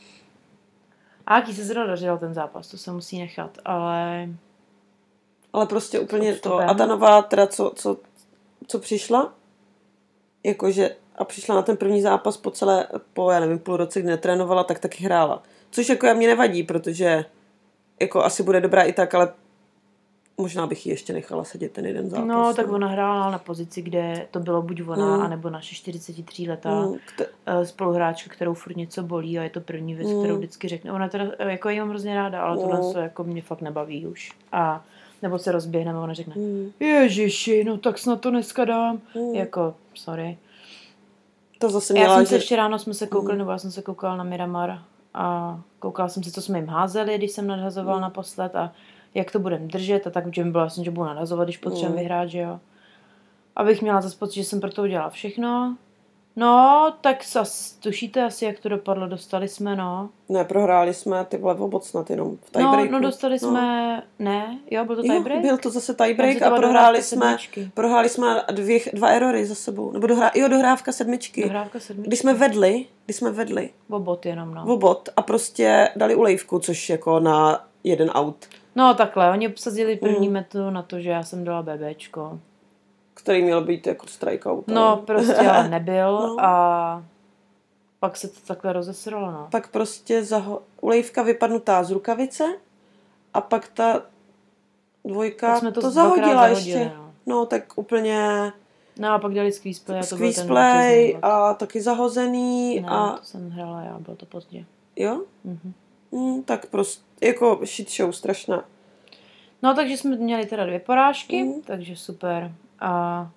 A jaký se zrovna dařil ten zápas, to se musí nechat, ale... Ale prostě úplně to. A ta nová, teda co, co, co přišla, jakože, a přišla na ten první zápas po celé, po, já nevím, půl roce, kdy netrénovala, tak taky hrála. Což jako já mě nevadí, protože jako asi bude dobrá i tak, ale možná bych ji ještě nechala sedět ten jeden zápas. No, tak ona hrála na pozici, kde to bylo buď ona, mm. anebo naše čtyřicetitříletá mm. Kte- spoluhráčka, kterou furt něco bolí a je to první věc, mm. kterou vždycky řekne. Ona teda, jako jí mám hrozně ráda, ale mm. tohle se jako mě fakt nebaví už. A nebo se rozběhneme a ona řekne, mm. Ježiši, no tak snad to dneska dám. Mm. Jako, sorry. To zase měla, já jsem že... se ještě ráno jsme se koukali, mm. nebo já jsem se koukala na Miramar a koukala jsem si, co jsme jim házeli, když jsem nadhazoval mm. naposled a jak to budeme držet a tak, že mi bylo jasně, že budu nadhazovat, když potřebujeme mm. vyhrát, že jo. Abych měla zase pocit, že jsem pro to udělala všechno. No, tak zase tušíte asi, jak to dopadlo, dostali jsme, no. Ne, prohráli jsme, ty vole, oboc snad jenom v tiebreaku. No, no dostali no. jsme, ne, jo, byl to tiebreak? Jo, byl to zase tiebreak a prohráli jsme, prohráli jsme dvě, dva erory za sebou, nebo dohrá, jo, dohrávka sedmičky. Dohrávka sedmičky. Když jsme vedli, když jsme vedli. Obot jenom, no. Obot a prostě dali ulejvku, což jako na jeden out. No takhle, oni obsazili první mm. metu na to, že já jsem dala BBčko. Který měl být jako strikeout. No, prostě ale nebyl no. A pak se to takhle rozesralo, no. Pak prostě zaho- ulejvka vypadnutá z rukavice a pak ta dvojka jsme to, to zahodila ještě. Zahodili, no. no, tak úplně... No a pak dali squeeze play a to squeeze play a taky zahozený. Ne, a... to jsem hrála já, bylo to pozdě. Jo? Mhm. Mm, tak prostě, jako shit show, strašná. No, takže jsme měli teda dvě porážky, mm. takže super. A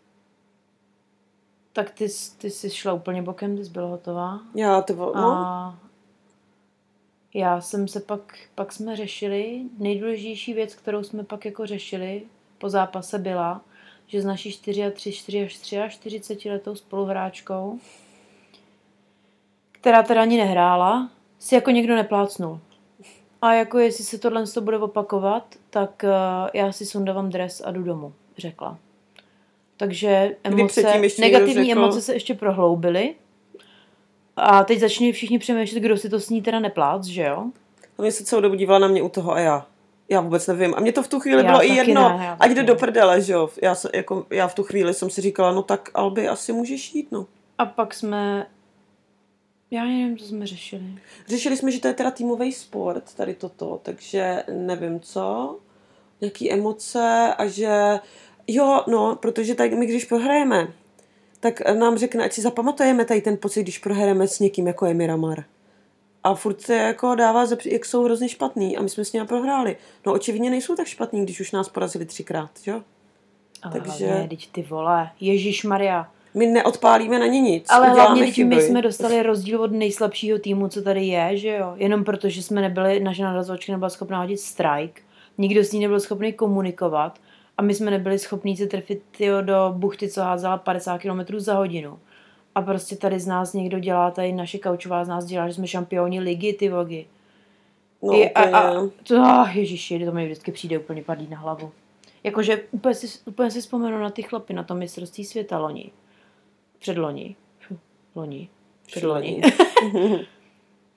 tak ty, ty jsi šla úplně bokem, ty jsi byla hotová. Já, ty vo, no. A já jsem se pak, pak jsme řešili, nejdůležitější věc, kterou jsme pak jako řešili po zápase byla, že s naší čtyřiatřiceti letou spoluhráčkou, která teda ani nehrála, si jako někdo neplácnul. A jako jestli se tohle bude opakovat, tak uh, já si sundávám dres a jdu domů, řekla. Takže emoce, negativní řekl... emoce se ještě prohloubily. A teď začínají všichni přemýšlet, kdo si to s ní teda neplác, že jo? A mě se celou dobu dívala na mě u toho a já. Já vůbec nevím. A mě to v tu chvíli já bylo i jedno. Ne, ať jde do prdele, že jo? Já, se, jako, já v tu chvíli jsem si říkala, no tak Albi asi můžeš jít, no. A pak jsme... Já nevím, co jsme řešili. Řešili jsme, že to je teda týmový sport, tady toto, takže nevím co, nějaký emoce a že jo, no, protože tak my když prohrajeme, tak nám řekne, ať si zapamatujeme tady ten pocit, když prohrajeme s někým, jako je Miramar. A furt se jako dává, jak jsou hrozně špatný a my jsme s nimi prohráli. No očividně nejsou tak špatný, když už nás porazili třikrát, jo? Ale takže... hlavně, teď ty vole, Ježišmarja. My neodpálíme na ně nic. Ale hlavně my jsme dostali rozdíl od nejslabšího týmu, co tady je, že jo? Jenom protože že jsme nebyli, naše nadazovačka nebyla schopná hodit strike, nikdo s ní nebyl schopný komunikovat a my jsme nebyli schopní se trefit tyjo, do buchty, co házela padesát kilometrů za hodinu. A prostě tady z nás někdo dělá, tady naše kaučová z nás dělá, že jsme šampioni ligy, ty vogy. No, I, a, a, to, oh, ježiši, to mi vždycky přijde úplně padlý na hlavu. Jakože úplně si, úplně si vzpomenu na ty chlapy, na tom mistrovství světa loni. Předloni. Loni. Předloni.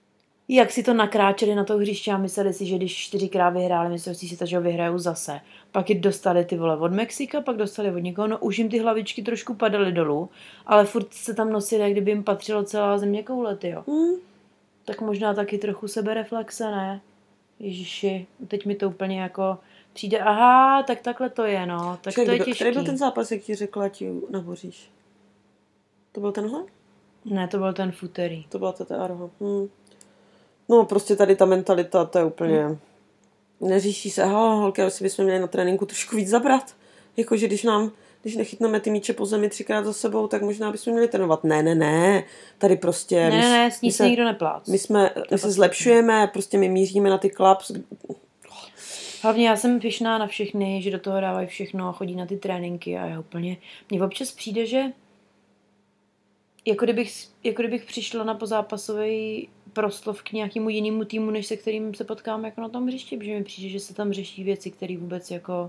jak si to nakráčeli na to hřiště a mysleli si, že když čtyřikrát vyhráli mistrovství světa, že ho vyhrajou zase. Pak je dostali ty vole od Mexika, pak dostali od někoho, no už jim ty hlavičky trošku padaly dolů, ale furt se tam nosili, jak kdyby jim patřilo celá země koule, tyjo. Mm. Tak možná taky trochu sebereflexe, ne? Ježiši, teď mi to úplně jako přijde, aha, tak takhle to je, no, tak Ček, to je kdo, těžký. který byl ten zápas, jak ti řekla, ti naboříš? To byl tenhle? Ne, to byl ten futerý. To byla ta Arho. Hmm. No prostě tady ta mentalita, to je úplně... Hmm. Neříší se, ha, holky, ale si bychom měli na tréninku trošku víc zabrat. Jakože když nám, když nechytneme ty míče po zemi třikrát za sebou, tak možná bychom měli trénovat. Ne, ne, ne, tady prostě... Ne, my, ne, ne, s ní my se nikdo neplác. My, jsme, my se zlepšujeme, prostě my míříme na ty klaps. Hlavně já jsem pyšná na všechny, že do toho dávají všechno a chodí na ty tréninky a já úplně... Mně občas přijde, že jako kdybych, jako kdybych přišla na pozápasový proslov k nějakému jinému týmu, než se kterým se potkám jako na tom hřišti, protože mi přijde, že se tam řeší věci, které vůbec jako...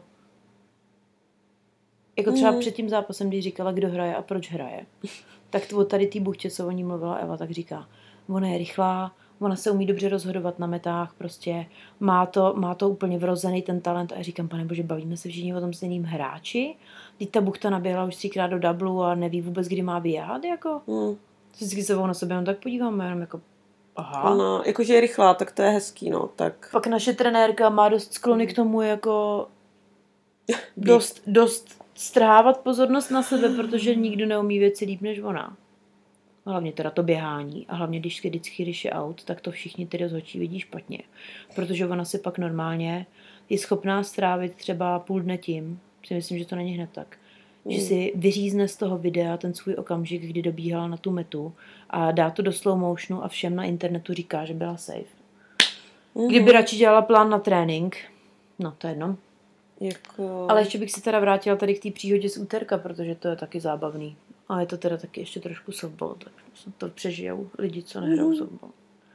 Jako třeba mm. před tím zápasem, když říkala, kdo hraje a proč hraje, tak to tady té buchtě, co o ní mluvila Eva, tak říká, ona je rychlá, ona se umí dobře rozhodovat na metách, prostě má to, má to úplně vrozený ten talent a já říkám, pane bože, bavíme se všichni o tom stejným hráči, teď ta buchta naběhla už třikrát do dublu a neví vůbec, kdy má běhat, jako. Mm. Vždycky se na sebe, no tak podíváme, jenom jako, aha. Ona, jakože je rychlá, tak to je hezký, no, tak. Pak naše trenérka má dost sklony k tomu, jako dost, dost strhávat pozornost na sebe, protože nikdo neumí věci líp než ona. Hlavně teda to běhání a hlavně když vždycky, když je out, tak to všichni ty rozhodčí vidí špatně. Protože ona si pak normálně je schopná strávit třeba půl dne tím, si myslím, že to není hned tak, mm. že si vyřízne z toho videa ten svůj okamžik, kdy dobíhala na tu metu a dá to do slow motionu a všem na internetu říká, že byla safe. Mm. Kdyby radši dělala plán na trénink, no to je jedno. Jako... Ale ještě bych se teda vrátila tady k té příhodě z úterka, protože to je taky zábavný. A je to teda taky ještě trošku softball, tak to přežijou lidi, co nehrajou mm. softball.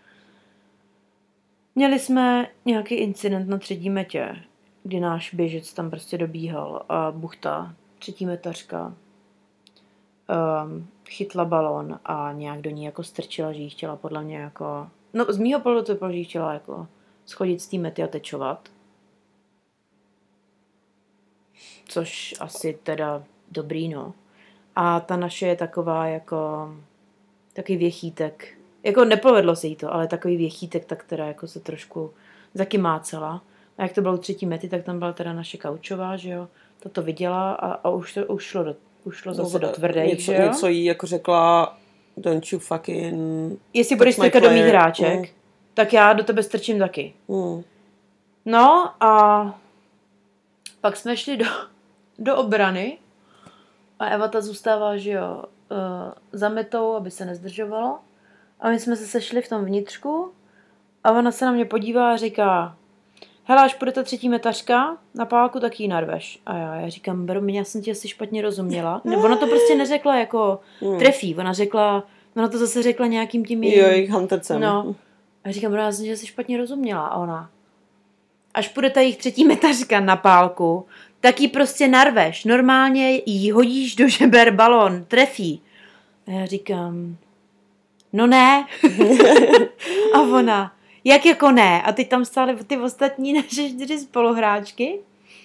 Měli jsme nějaký incident na třetí metě, kdy náš běžec tam prostě dobíhal a buchta, třetí metařka, um, chytla balón a nějak do ní jako strčila, že jí chtěla podle mě jako... No z mýho pohledu to bylo, že jí chtěla jako schodit z té mety a tečovat. Což asi teda dobrý, no. A ta naše je taková jako takový věchítek. Jako nepovedlo se jí to, ale takový věchítek, tak teda jako se trošku zakymácela. A jak to bylo u třetí mety, tak tam byla teda naše Kaučová, že jo. Ta to viděla a, a už to už šlo, do, už šlo zase no, do tvrdej, něco, že jo. Něco jí jako řekla, don't you fucking... Jestli budeš strkat do mých hráček, mm. tak já do tebe strčím taky. Mm. No a pak jsme šli do, do obrany a Eva ta zůstává, že jo, uh, za metou, aby se nezdržovalo. A my jsme se sešli v tom vnitřku a ona se na mě podívá a říká, hele, až půjde ta třetí metařka na pálku, tak jí narveš. A já, já říkám, beru mě, já jsem ti asi špatně rozuměla. Ne, ona to prostě neřekla jako trefí, ona řekla, ona to zase řekla nějakým tím jiným. Jo, jich hantecem. No. A já říkám, beru, já jsem ti asi špatně rozuměla. A ona, až půjde ta jejich třetí metařka na pálku, tak jí prostě narveš. Normálně jí hodíš do žeber balón, trefí. A já říkám, no ne. A ona, jak jako ne? A teď tam stály ty ostatní naše čtyři spoluhráčky.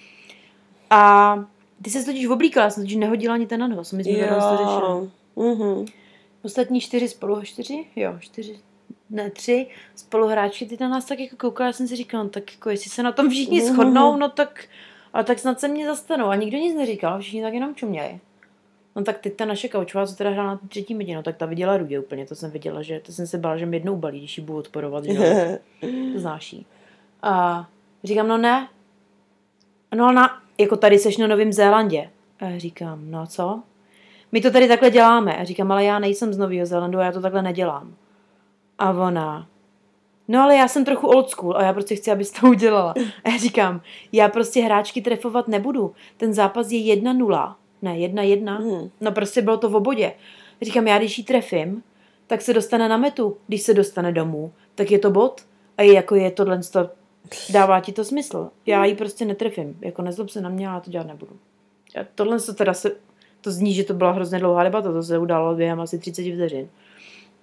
A ty se totiž oblíkala, já jsem totiž nehodila ani ten nadhoz. My jsme to řešili. Mm-hmm. Ostatní čtyři spolu, čtyři? Jo, čtyři, ne, tři spoluhráčky, ty na nás tak jako koukala, já jsem si říkala, no, tak jako jestli se na tom všichni mm-hmm. shodnou, no tak, ale tak snad se mě zastanou. A nikdo nic neříkal, všichni tak jenom čuměli. No tak teď ta naše Kaučová, co teda hrála na třetí metě, no tak ta viděla Rudě úplně, to jsem viděla, že to jsem se bála, že mi jednou balí, když jí budu odporovat, že to znáš jí. A říkám, no ne, no na, jako tady seš na Novém Zélandě. A já říkám, no co? My to tady takhle děláme. A říkám, ale já nejsem z Nového Zélandu a já to takhle nedělám. A ona, no ale já jsem trochu old school a já prostě chci, abys to udělala. A já říkám, já prostě hráčky trefovat nebudu. Ten zápas je jedna nula. Ne, jedna jedna. Hmm. No prostě bylo to v obodě. Říkám, já když jí trefím, tak se dostane na metu. Když se dostane domů, tak je to bod. A je jako je tohle, to, dává ti to smysl. Já jí prostě netrefím. Jako nezlob se na mě, ale já to dělat nebudu. A tohle to teda se, to zní, že to byla hrozně dlouhá debata, to se událo během asi třicet vteřin.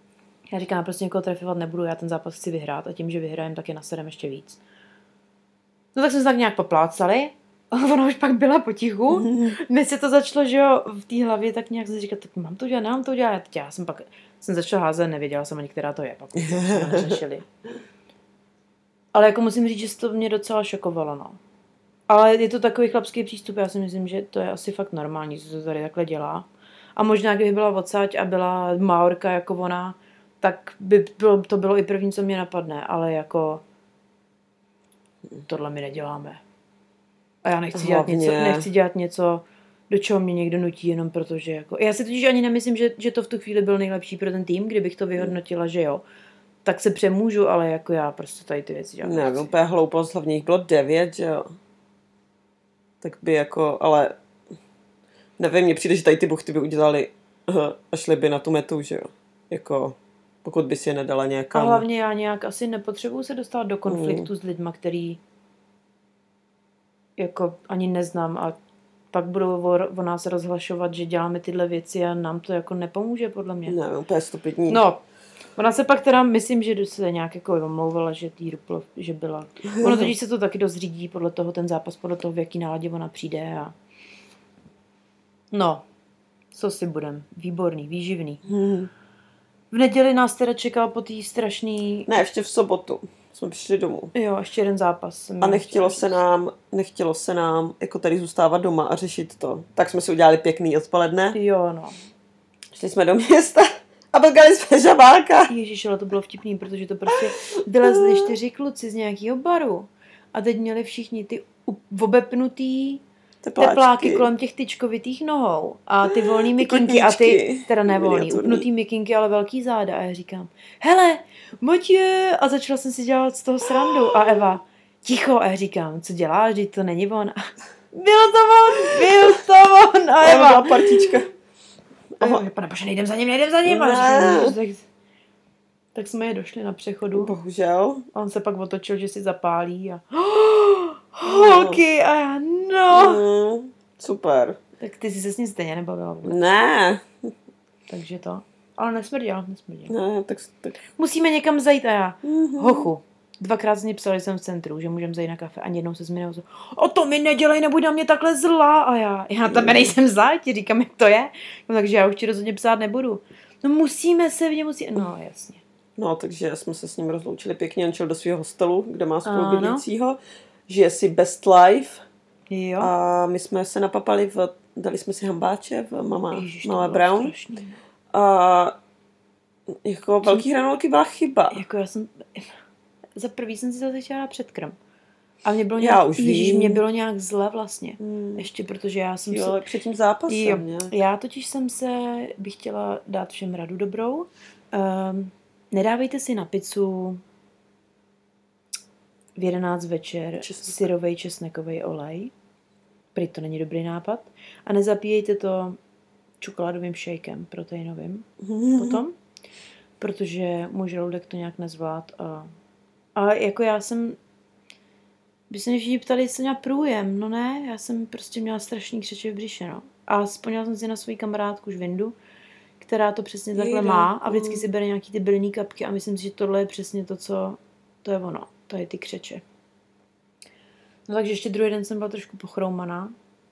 Já říkám, já prostě někoho trefovat nebudu, já ten zápas chci vyhrát a tím, že vyhrajem, tak je nasedem ještě víc. No tak jsme se tak nějak poplácali. A ona už pak byla potichu. Než se to začalo, že jo, v té hlavě tak nějak se říkat, tak mám to dělat, nemám to dělat. Já jsem pak, jsem začala házet, nevěděla jsem ani, která to je. Pak jsme neřešili. Ale jako musím říct, že to mě docela šokovalo, no. Ale je to takový chlapský přístup, já si myslím, že to je asi fakt normální, že to tady takhle dělá. A možná, kdyby byla odsaď a byla Maorka jako ona, tak by bylo, to bylo i první, co mě napadne, ale jako tohle my neděláme. A já nechci dělat, něco, nechci dělat něco, do čeho mě někdo nutí, jenom protože jako... Já si totiž ani nemyslím, že, že to v tu chvíli byl nejlepší pro ten tým, kdybych to vyhodnotila, že jo. Tak se přemůžu, ale jako já prostě tady ty věci dělám. Ne, úplně hloupost, hlavně jich bylo devět, že jo. Tak by jako, ale... Nevím, mně přijde, že tady ty buchty by udělali a šli by na tu metu, že jo. Jako, pokud by si je nedala nějaká... A hlavně já nějak asi nepotřebuji se dostat do konfliktu mm. s lidma, který jako ani neznám a pak budou o, o nás rozhlašovat, že děláme tyhle věci a nám to jako nepomůže, podle mě. Ne, úplně stupidní. No, ona se pak teda, myslím, že se nějak jako omlouvala, že tý Rupl, že byla. Ono totiž se to taky dost řídí podle toho, ten zápas, podle toho, v jaký náladě ona přijde a... No, co si budem. Výborný, výživný. Hmm. V neděli nás teda čekal po té strašný... Ne, ještě v sobotu jsme přišli domů. Jo, ještě jeden zápas. A nechtělo se nám, nechtělo se nám jako tady zůstávat doma a řešit to. Tak jsme si udělali pěkný odpoledne. Jo, no. Šli jsme do města a blkali jsme žabáka. Ježiš, ale to bylo vtipný, protože to prostě vylezli čtyři kluci z nějakého baru a teď měli všichni ty obepnutý Tepláčky. tepláky kolem těch tyčkovitých nohou a ty volný mikinky a ty, teda ne volný, upnutý mikinky, ale velký záda a já říkám, hele, Matěj, a začala jsem si dělat z toho srandu a Eva, ticho, a já říkám, co děláš, že to není on. Byl to on, byl to on a Eva. Byla partička. A pane bože, nejdem za ním, nejdem za ním. Ne. Tak, tak jsme je došli na přechodu. Bohužel. A on se pak otočil, že si zapálí a holky a já no. Mm, super. Tak ty jsi se s ním stejně nebavila vůbec. Ne. Takže to. Ale nesmrděl, nesmrděl. Ne, tak, tak... Musíme někam zajít a já. Mm-hmm. Hochu. Dvakrát z ní psali jsem v centru, že můžeme zajít na kafe. Ani jednou se změnil. O to mi nedělej, nebuď na mě takhle zlá. A já, já na tebe nejsem zlá, ti říkám, jak to je. No, takže já už ti rozhodně psát nebudu. No musíme se vidět, musíme. No jasně. No, takže jsme se s ním rozloučili pěkně. On šel do svého hostelu, kde má spolubydlícího. Žije si best life. Jo. A my jsme se napapali, v, dali jsme si hambáče v Mama, Ježiš, Mama Brown. Strašný. A jako velký hranolky byla chyba. Jako já jsem... Za prvý jsem si to chtěla dát předkrm. A mě bylo nějak, už ježiš, mě bylo nějak zle vlastně. Hmm. Ještě protože já jsem jo, se... před tím zápasem, jo. Já totiž jsem se, bych chtěla dát všem radu dobrou. Um, nedávejte si na pizzu v jedenáct večer Česnek. syrovej česnekový olej. Prý to není dobrý nápad. A nezapíjejte to čokoládovým shakem proteinovým hmm. potom. Protože můj žaludek to nějak nezvlád a A jako já jsem, by se mě všichni ptali, jestli jsem měla průjem. No ne, já jsem prostě měla strašný křeče v břiše, no. A vzpomněla jsem si na svoji kamarádku Žvindu, která to přesně takhle Jejda. má a vždycky si bere nějaký ty bylinný kapky a myslím si, že tohle je přesně to, co, to je ono, to je ty křeče. No takže ještě druhý den jsem byla trošku pochroumaná,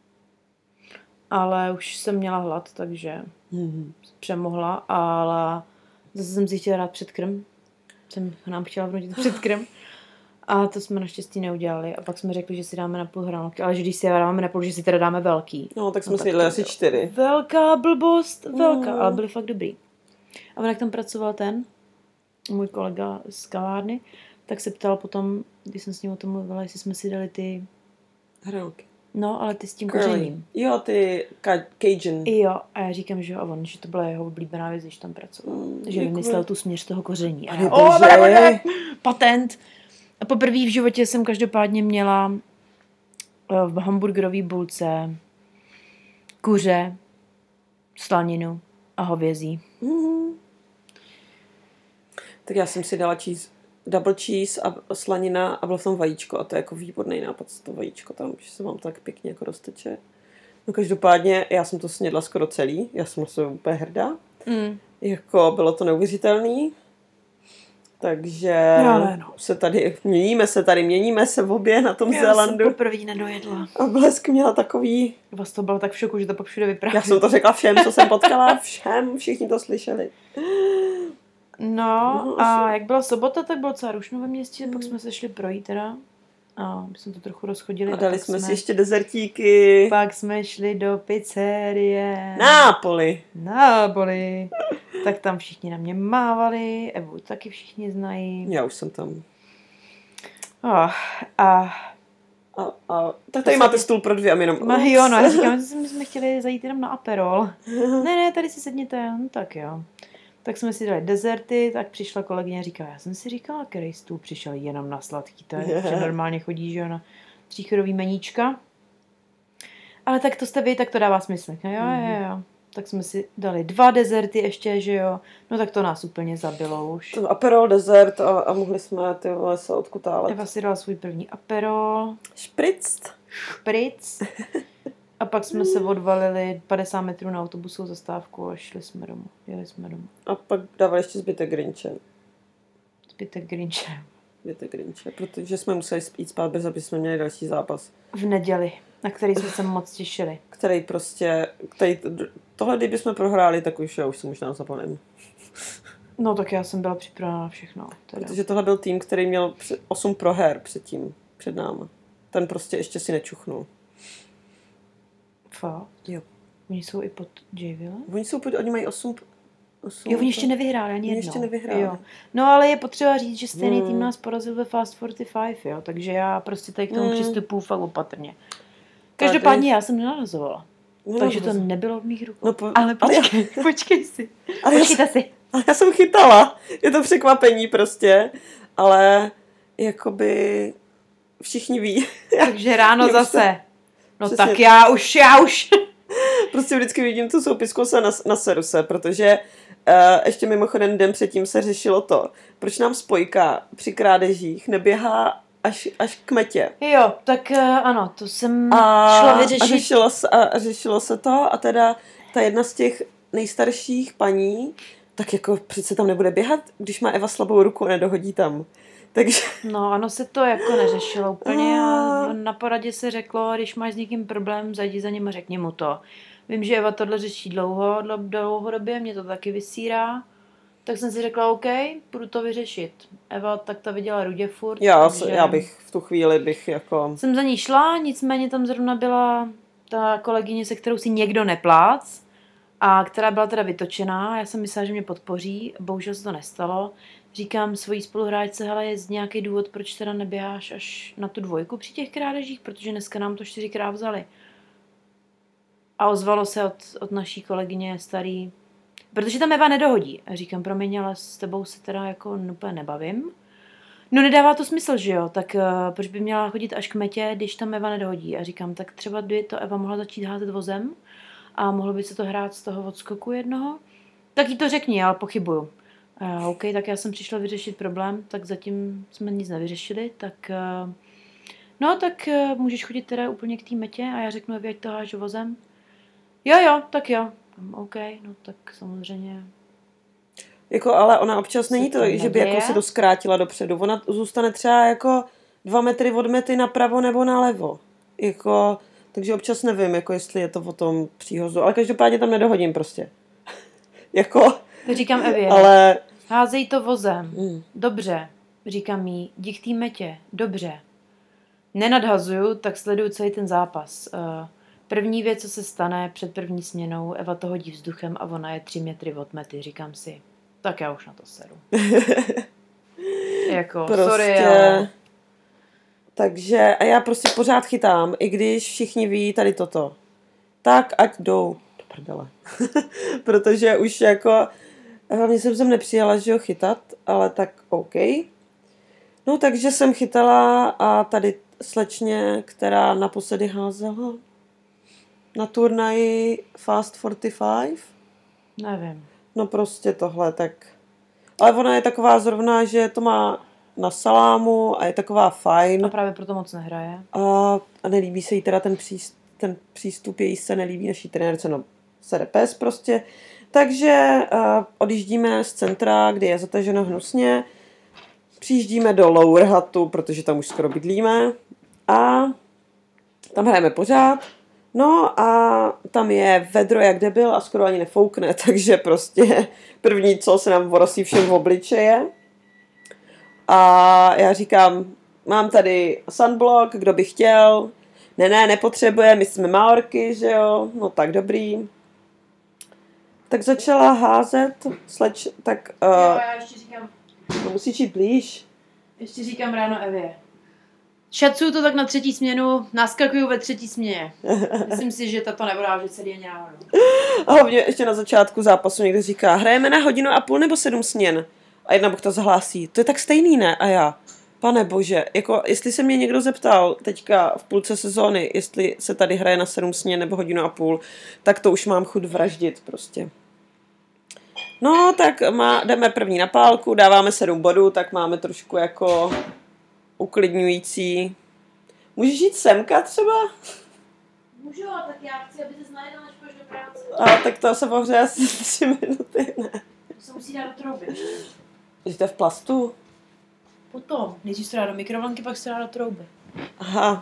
ale už jsem měla hlad, takže Hmm. přemohla, ale zase jsem si chtěla dát předkrm. Jsem nám chtěla vnutit předkrm. A to jsme naštěstí neudělali. A pak jsme řekli, že si dáme na půl hranolky, ale že když si je dáme na půl, že si teda dáme velký. No, tak jsme no, si tak jedli asi čtyři. Velká blbost, velká, Mm. ale byly fakt dobrý. A jak tam pracoval ten, můj kolega z kavárny, tak se ptal potom, když jsem s ním o tom mluvila, jestli jsme si dali ty, Hranolky. no, ale ty s tím Curly. kořením. Jo, ty ka- Cajun. Jo, a já říkám, že jo, a on, že to byla jeho oblíbená věc, když tam pracoval. Mm, že děkuji. vymyslel tu směs toho koření. A já, Pane o, bože. bude, bude, patent. A poprvé v životě jsem každopádně měla v hamburgerové bulce kuře, slaninu a hovězí. Mm. Tak já jsem si dala cheese, double cheese a slanina a bylo v tom vajíčko a to je jako výborný nápad, to vajíčko tam, že se vám tak pěkně jako rozteče. No každopádně já jsem to snědla skoro celý, já jsem na sebe úplně hrdá. Mm. Jako bylo to neuvěřitelný Takže no, ne, no. se tady, měníme se tady, měníme se v obě na tom Já Zélandu. jsem poprvé nedojedla. A Blesk měla takový... Vás to bylo tak v šoku, že to pak všude vyprávěla. Já jsem to řekla všem, co jsem potkala, všem, všichni to slyšeli. No, No, a asi. jak byla sobota, tak bylo docela rušno ve městě, pak jsme se šli projít teda. A my jsme to trochu rozchodili. A dali pak jsme si ještě dezertíky. Pak jsme šli do pizzerie. Nápoli. Nápoli. Tak tam všichni na mě mávali, Evu taky všichni znají. Já už jsem tam. Oh, a... A, a, tak tady máte stůl pro dvě a my jenom... Ma, jo, no, já říkám, že jsme chtěli zajít jenom na Aperol. Ne, ne, tady si sedněte, no tak jo. Tak jsme si dali dezerty, tak přišla kolegyně a říkala, já jsem si říkala, který stůl přišel jenom na sladký, to je, že normálně chodí, že jo, na tříchodový meníčka. Ale tak to jste vy, tak to dává smysl. Jo, jo, jo. Tak jsme si dali dva dezerty ještě, že jo. No tak to nás úplně zabilo už. To Aperol, dezert a, a mohli jsme ty vole se odkutálet. Eva si dala svůj první Aperol. Špric. Špric. A pak jsme se odvalili padesát metrů na autobusovou zastávku a šli jsme domů. Jeli jsme domů. A pak dávali ještě zbytek Grinče. Zbytek Grinče. Zbytek Grinče, protože jsme museli jít spát brzo, aby jsme měli další zápas. V neděli, na který jsme se moc těšili. Který prostě, který, tohle kdybychom prohráli, tak už já už se možná zapomeň. No tak já jsem byla připravená na všechno. Teda. Protože tohle byl tým, který měl osm proher předtím, před náma. Ten prostě ještě si nečuchnul. Fakt? Jo. Oni jsou i pod Jayvillem? Oni jsou, oni mají osm... osm Jo, oni ještě nevyhráli ani Oni jednou. ještě nevyhráli. Jo. No ale je potřeba říct, že stejný Hmm. tým nás porazil ve Fast čtyřicet pět, jo, takže já prostě tady k tomu Hmm. přistupuji fakt opatrně. Každopádně já jsem nenarazovala, No, takže to nebylo v mých rukou. No, po, Ale ale já, počkej, počkej si. ale, já, Počkejte si. ale já jsem chytala. Je to překvapení prostě. Ale jakoby všichni ví. Takže ráno Já už zase. No Přesně. tak já už, já už. Prostě vždycky vidím tu soupisku se na, na seruse, protože uh, ještě mimochodem den předtím se řešilo to, proč nám spojka při krádežích neběhá až, až k metě. Jo, tak uh, ano, to jsem A, šla a, vyřešit. řešilo se, a řešilo se to a teda ta jedna z těch nejstarších paní, tak jako přece tam nebude běhat, když má Eva slabou ruku a nedohodí tam. Takže... No, ano, se to jako neřešilo úplně a A- na poradě se řeklo, když máš s někým problém, zajdi za ním a řekni mu to. Vím, že Eva tohle řeší dlouho, dlou- dlouhodobě, mě to taky vysírá. Tak jsem si řekla, OK, budu to vyřešit. Eva tak ta viděla Rudě furt. Já, takže já bych v tu chvíli bych jako... jsem za ní šla, nicméně tam zrovna byla ta kolegyně, se kterou si někdo neplác a která byla teda vytočená. Já jsem myslela, že mě podpoří, bohužel se to nestalo. Říkám svojí spoluhráčce, hele, je nějaký důvod, proč teda neběháš až na tu dvojku při těch krádežích, protože dneska nám to čtyřikrát vzali. A ozvalo se od, od naší kolegyně starý, protože tam Eva nedohodí. A říkám, promiň, ale s tebou se teda jako úplně nebavím. No nedává to smysl, že jo, tak uh, proč by měla chodit až k metě, když tam Eva nedohodí. A říkám, tak třeba by to Eva mohla začít házet vozem a mohlo by se to hrát z toho odskoku jednoho. Tak jí to řekni, ale pochybuju. Uh, OK, tak já jsem přišla vyřešit problém, tak zatím jsme nic nevyřešili, tak uh, no tak uh, můžeš chodit teda úplně k té metě a já řeknu Evě, ať to háže vozem. Jo, jo, tak jo. OK, no tak samozřejmě. Jako, ale ona občas není to, to že by jako neděje? se doskrátila dopředu. Ona zůstane třeba jako dva metry od mety napravo nebo nalevo. Jako, takže občas nevím, jako jestli je to o tom příhozu. Ale každopádně tam nedohodím prostě. jako, Říkám Evě, ale... házej to vozem. Mm. Dobře. Říkám jí, jdi k té metě. Dobře. Nenadhazuju, tak sleduju celý ten zápas. Uh, První věc, co se stane před první směnou, Eva to hodí vzduchem a ona je tři metry od mety. Říkám si, tak já už na to seru. jako, Prostě... sorry, ale... Takže, a já prostě pořád chytám, i když všichni ví tady toto. Tak, ať jdou do prdele. Protože už jako, hlavně jsem sem nepřijela, že ho chytat, ale tak OK. No, takže jsem chytala a tady slečně, která naposledy házela na turnaji Fast čtyřicet pět. Nevím. No prostě tohle, tak... Ale ona je taková zrovna, že to má na salámu a je taková fajn. A právě proto moc nehraje. A, a nelíbí se jí teda ten, příst, ten přístup, její se nelíbí naší trenérce, no sere pes prostě. Takže uh, odjíždíme z centra, kde je zataženo hnusně přijíždíme do Lower Hutu, protože tam už skoro bydlíme a tam hrajeme pořád. No a tam je vedro jak debil a skoro ani nefoukne, takže prostě první, co se nám vorosí všem v obličeje. A já říkám, mám tady sunblock, kdo by chtěl. Ne, ne, nepotřebuje, my jsme Maorky, že jo, no tak dobrý. Tak začala házet, sleč, tak... Uh, Jo, já ještě říkám, no musíš jít blíž. ještě říkám ráno Evě. Šacuju to tak na třetí směnu, naskakuju ve třetí směně. Myslím si, že tato nebude vážit celý den náhodou. A hlavně ještě na začátku zápasu někdo říká, hrajeme na hodinu a půl nebo sedm směn. A jedna to zahlásí, to je tak stejný, ne? A já, pane bože, jako jestli se mě někdo zeptal teďka v půlce sezóny, jestli se tady hraje na sedm směn nebo hodinu a půl, tak to už mám chuť vraždit prostě. No, tak má, jdeme první na pálku, dáváme sedm bodů, tak máme trošku jako uklidňující. Můžeš jít semka třeba? Můžu, tak já chci, aby se najedla, než půjdeš do práce. A tak to se pohře asi tři minuty, ne? To se musí dát do trouby. Že to je v plastu? Potom, nejdřív se dá do mikrovlnky, pak se dá do trouby. Aha.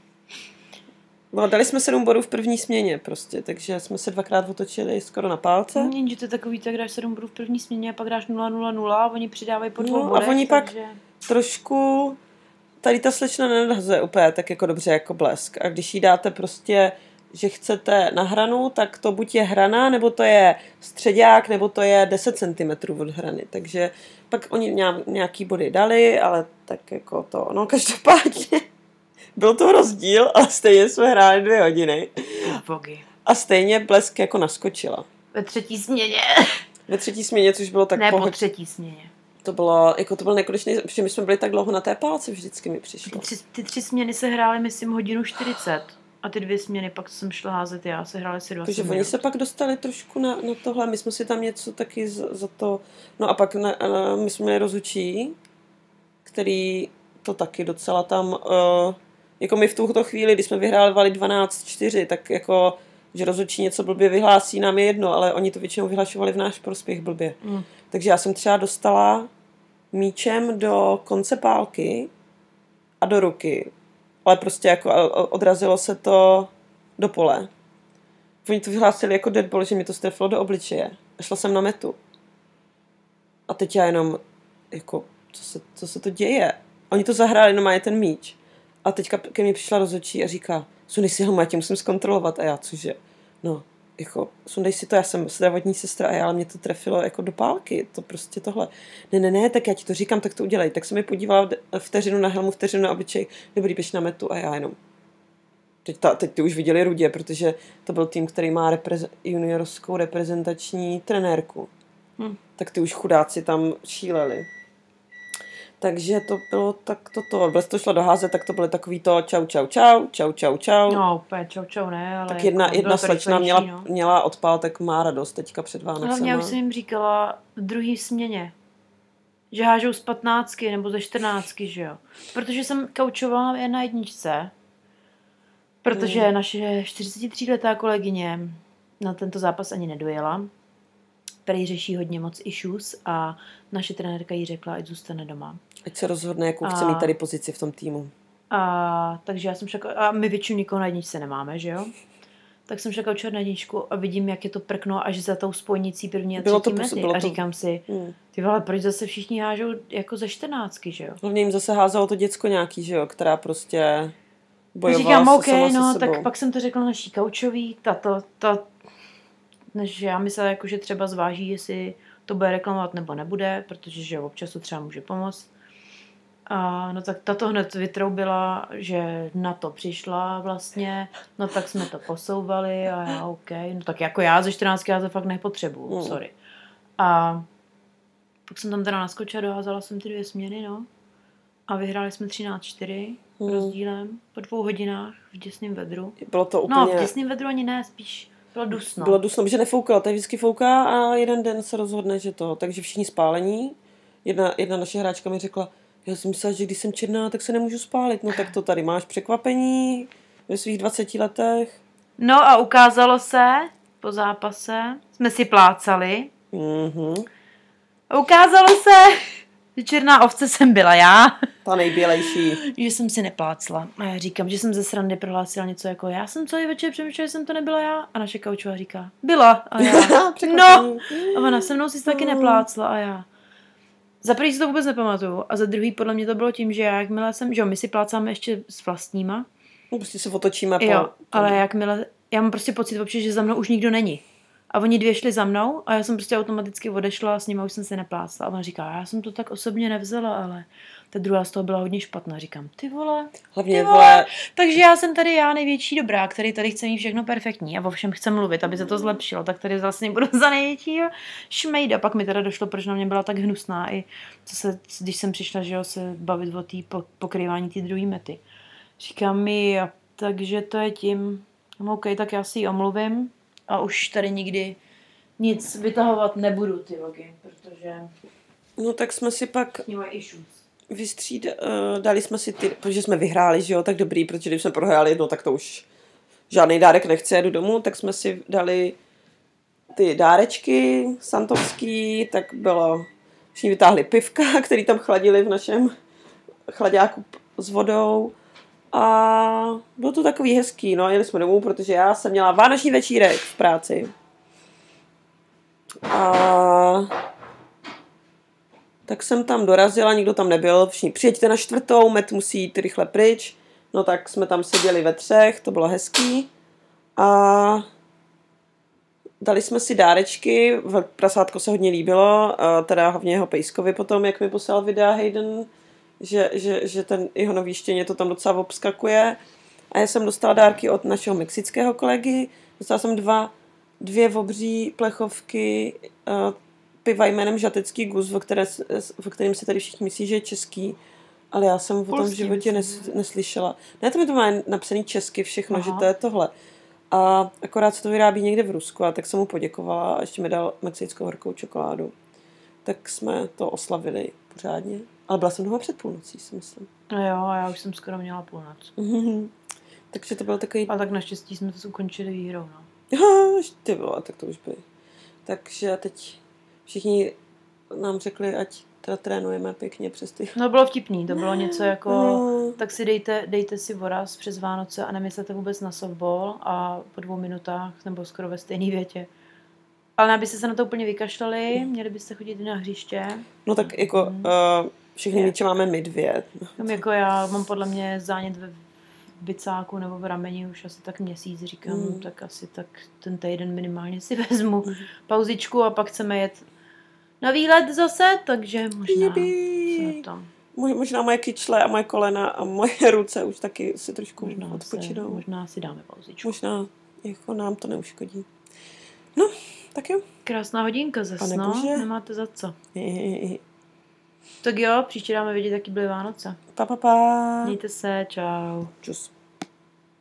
No, dali jsme sedm bodů v první směně prostě, takže jsme se dvakrát otočili skoro na pálce. Není, že to je takový, tak dáš sedm bodů v první směně a pak dáš nula nula nula a oni přidávají po dvou No, bodech. a oni takže... pak trošku, tady ta slečna nenahazuje úplně tak jako dobře jako Blesk. A když jí dáte prostě, že chcete na hranu, tak to buď je hrana, nebo to je středák, nebo to je deset centimetrů od hrany. Takže pak oni nějaký body dali, ale tak jako to, no každopádně byl to rozdíl, ale stejně jsme hráli dvě hodiny. Bogy. A stejně Blesk jako naskočila. Ve třetí směně. Ve třetí směně, což bylo tak Ne, pohled... po třetí směně. To bylo, jako to byl nekonečný, protože my jsme byli tak dlouho na té pálce, vždycky mi přišlo. Ty tři, ty tři směny se hrály, myslím, hodinu čtyřicet. A ty dvě směny, pak jsem šla házet já, se hrály si dvacet Takže minut. oni se pak dostali trošku na, na tohle, my jsme si tam něco taky za, za to, no a pak na, na, my jsme měli rozhodčí, který to taky docela tam, uh, jako my v tuto chvíli, když jsme vyhrávali dvanáct čtyři, tak jako, že rozhodčí něco blbě vyhlásí, nám je jedno, ale oni to většinou vyhlašovali v náš prospěch blbě. Mm. Takže já jsem třeba dostala míčem do konce pálky a do ruky, ale prostě jako odrazilo se to do pole. Oni to vyhlásili jako deadball, že mi to strefilo do obličeje. A šla jsem na metu. A teď já jenom, jako, co se, co se to děje? Oni to zahráli, no má je ten míč. A teďka ke mně přišla rozhodčí a říká, sundej si ho, já tě musím zkontrolovat. A já, cože? No, jako, sundej si to, já jsem zdravotní sestra a já, ale mě to trefilo jako do pálky, to prostě tohle. Ne, ne, ne, tak já ti to říkám, tak to udělej. Tak jsem mi podívala vteřinu na helmu, vteřinu na obličej, dobrý, běž na metu a já jenom. Teď, ta, teď ty už viděli Rudě, protože to byl tým, který má repreze- juniorskou reprezentační trenérku. Hmm. Tak ty už chudáci tam šíleli. Takže to bylo tak toto. Vles to šlo doházet, tak to bylo takový to čau, čau, čau, čau, čau, čau. No, úplně čau, čau, ne, ale... Tak jedna, jako jedna slečna měla, no. měla odpál, tak má radost teďka před Vánocema. Hlavně já už jsem jim říkala v druhý směně, že hážou z patnáctky nebo ze čtrnáctky, že jo. Protože jsem kaučovala jen na jedničce, protože hmm. naše čtyřicetitříletá kolegyně na tento zápas ani nedojela. Prý řeší hodně moc issues a naše trenérka jí řekla, ať zůstane doma. Ať se rozhodne, jakou a... chce mít tady pozici v tom týmu. A takže já jsem šla, a my většinou nikoho na jedničce nemáme, že jo? Tak jsem šla kaučovat na jedničku a vidím, jak je to prkno až za tou spojnicí první a třetí mety. A říkám si, hmm. ty vole, proč zase všichni hážou jako ze čtrnáctky, že jo? Hlavně jim zase házelo to děcko nějaký, že jo, která prostě bojovala říkám, se okay, sama no, se sebou. Tak pak jsem to řekla naší kaučový, tato, ta, než já myslela, jako, že třeba zváží, jestli to bude reklamovat nebo nebude, protože že občas to třeba může pomoct. A no tak tato hned vytroubila, že na to přišla vlastně, no tak jsme to posouvali a já OK, no tak jako já ze čtrnáctky já to fakt nepotřebuju, mm. sorry. A pak jsem tam teda naskočila, doházala jsem ty dvě směny, no. A vyhráli jsme třináct čtyři mm. rozdílem po dvou hodinách v děsném vedru. Bylo to úplně... No v děsném vedru ani ne, spíš bylo dusno. Bylo dusno, že nefoukalo, tady vždycky fouká a jeden den se rozhodne, že to, takže všichni spálení. Jedna, jedna naše hráčka mi řekla, já jsem myslela, že když jsem černá, tak se nemůžu spálit. No tak to tady máš překvapení ve svých dvaceti letech. No a ukázalo se po zápase, jsme si plácali. Mhm. A ukázalo se, Že černá ovce jsem byla já. Ta nejbělejší. Že jsem si neplácla. A já říkám, že jsem ze srandy prohlásila něco jako já jsem celý večer přemýšlela, že jsem to nebyla já. A naše kaučová říká, byla. A já, no. A ona se mnou si taky neplácla a já. Za prvý si to vůbec nepamatuju a za druhý podle mě to bylo tím, že já jakmile jsem, že jo, my si plácáme ještě s vlastníma. No, prostě se otočíme po... Jo, ale jakmile, já mám prostě pocit občas, že za mnou už nikdo není. A oni dvě šli za mnou a já jsem prostě automaticky odešla a s nimi už jsem se neplácla. A ona říká, já jsem to tak osobně nevzala, ale ta druhá z toho byla hodně špatná. Říkám, ty vole, Hlavně ty vole. vole. Takže já jsem tady já největší dobrá, který tady chce mít všechno perfektní a o všem chce mluvit, aby se to zlepšilo. Tak tady vlastně budu za největšího šmejda. Pak mi teda došlo, proč na mě byla tak hnusná. I co se, když jsem přišla, že jo, se bavit o té pokrývání té druhé mety. Říkám mi, jo, takže to je tím. No, OK, tak já si ji omluvím. A už tady nikdy nic vytahovat nebudu, ty logy, protože... No tak jsme si pak mají issues. vystříd, uh, dali jsme si ty, protože jsme vyhráli, že jo, tak dobrý, protože když jsme prohráli jedno, tak to už žádný dárek nechce, jedu domů, tak jsme si dali ty dárečky santovský, tak bylo, všichni vytáhli pivka, který tam chladili v našem chladáku s vodou. A bylo to takový hezký, no, jeli jsme domů, protože já jsem měla vánoční večírek v práci. A tak jsem tam dorazila, nikdo tam nebyl, všichni přijeďte na čtvrtou, Met musí jít rychle pryč. No tak jsme tam seděli ve třech, to bylo hezký. A dali jsme si dárečky, prasátko se hodně líbilo, a teda hlavně jeho pejskovi potom, jak mi poslal videa Hayden, Že, že, že ten jeho nový štěně to tam docela obskakuje. A já jsem dostala dárky od našeho mexického kolegy. Dostala jsem dva, dvě obří plechovky uh, piva jménem Žatecký gus, o, které, o kterém si tady všichni myslí, že je český. Ale já jsem o tom v životě nes, neslyšela. Ne, to mi to má napsaný česky všechno, Aha. že to je tohle. A akorát se to vyrábí někde v Rusku, a tak jsem mu poděkovala a ještě mi dal mexickou horkou čokoládu. Tak jsme to oslavili pořádně. Ale byla jsem doma před půlnocí, si myslím. No jo, a já už jsem skoro měla půlnoc. Mm-hmm. Takže to byl takový... Ale tak naštěstí jsme to ukončili výhrou, no. Aha, ty vole, tak to už by. Takže teď všichni nám řekli, ať teda trénujeme pěkně přes ty... No bylo vtipný, to bylo něco jako, no. Tak si dejte, dejte si voraz přes Vánoce a nemyslete vůbec na softball a po dvou minutách, nebo skoro ve stejné větě. Ale abyste se na to úplně vykašlali, měli byste chodit na hřiště. No tak jako mm. uh, všechny míče máme my dvě. Tam jako já mám podle mě zánět ve bicáku nebo v rameni už asi tak měsíc, říkám, mm. tak asi tak ten týden minimálně si vezmu mm. pauzičku a pak chceme jet na výlet zase, takže možná se tam... Možná moje kyčle a moje kolena a moje ruce už taky si trošku možná odpočinou. Se, možná si dáme pauzičku. Možná jako nám to neuškodí. No, tak jo. Krásná hodinka zase, no. Nemáte za co. Tak jo, příště dáme vidět, jaký byly Vánoce. Pa, pa, pa. Mějte se, čau. Čus.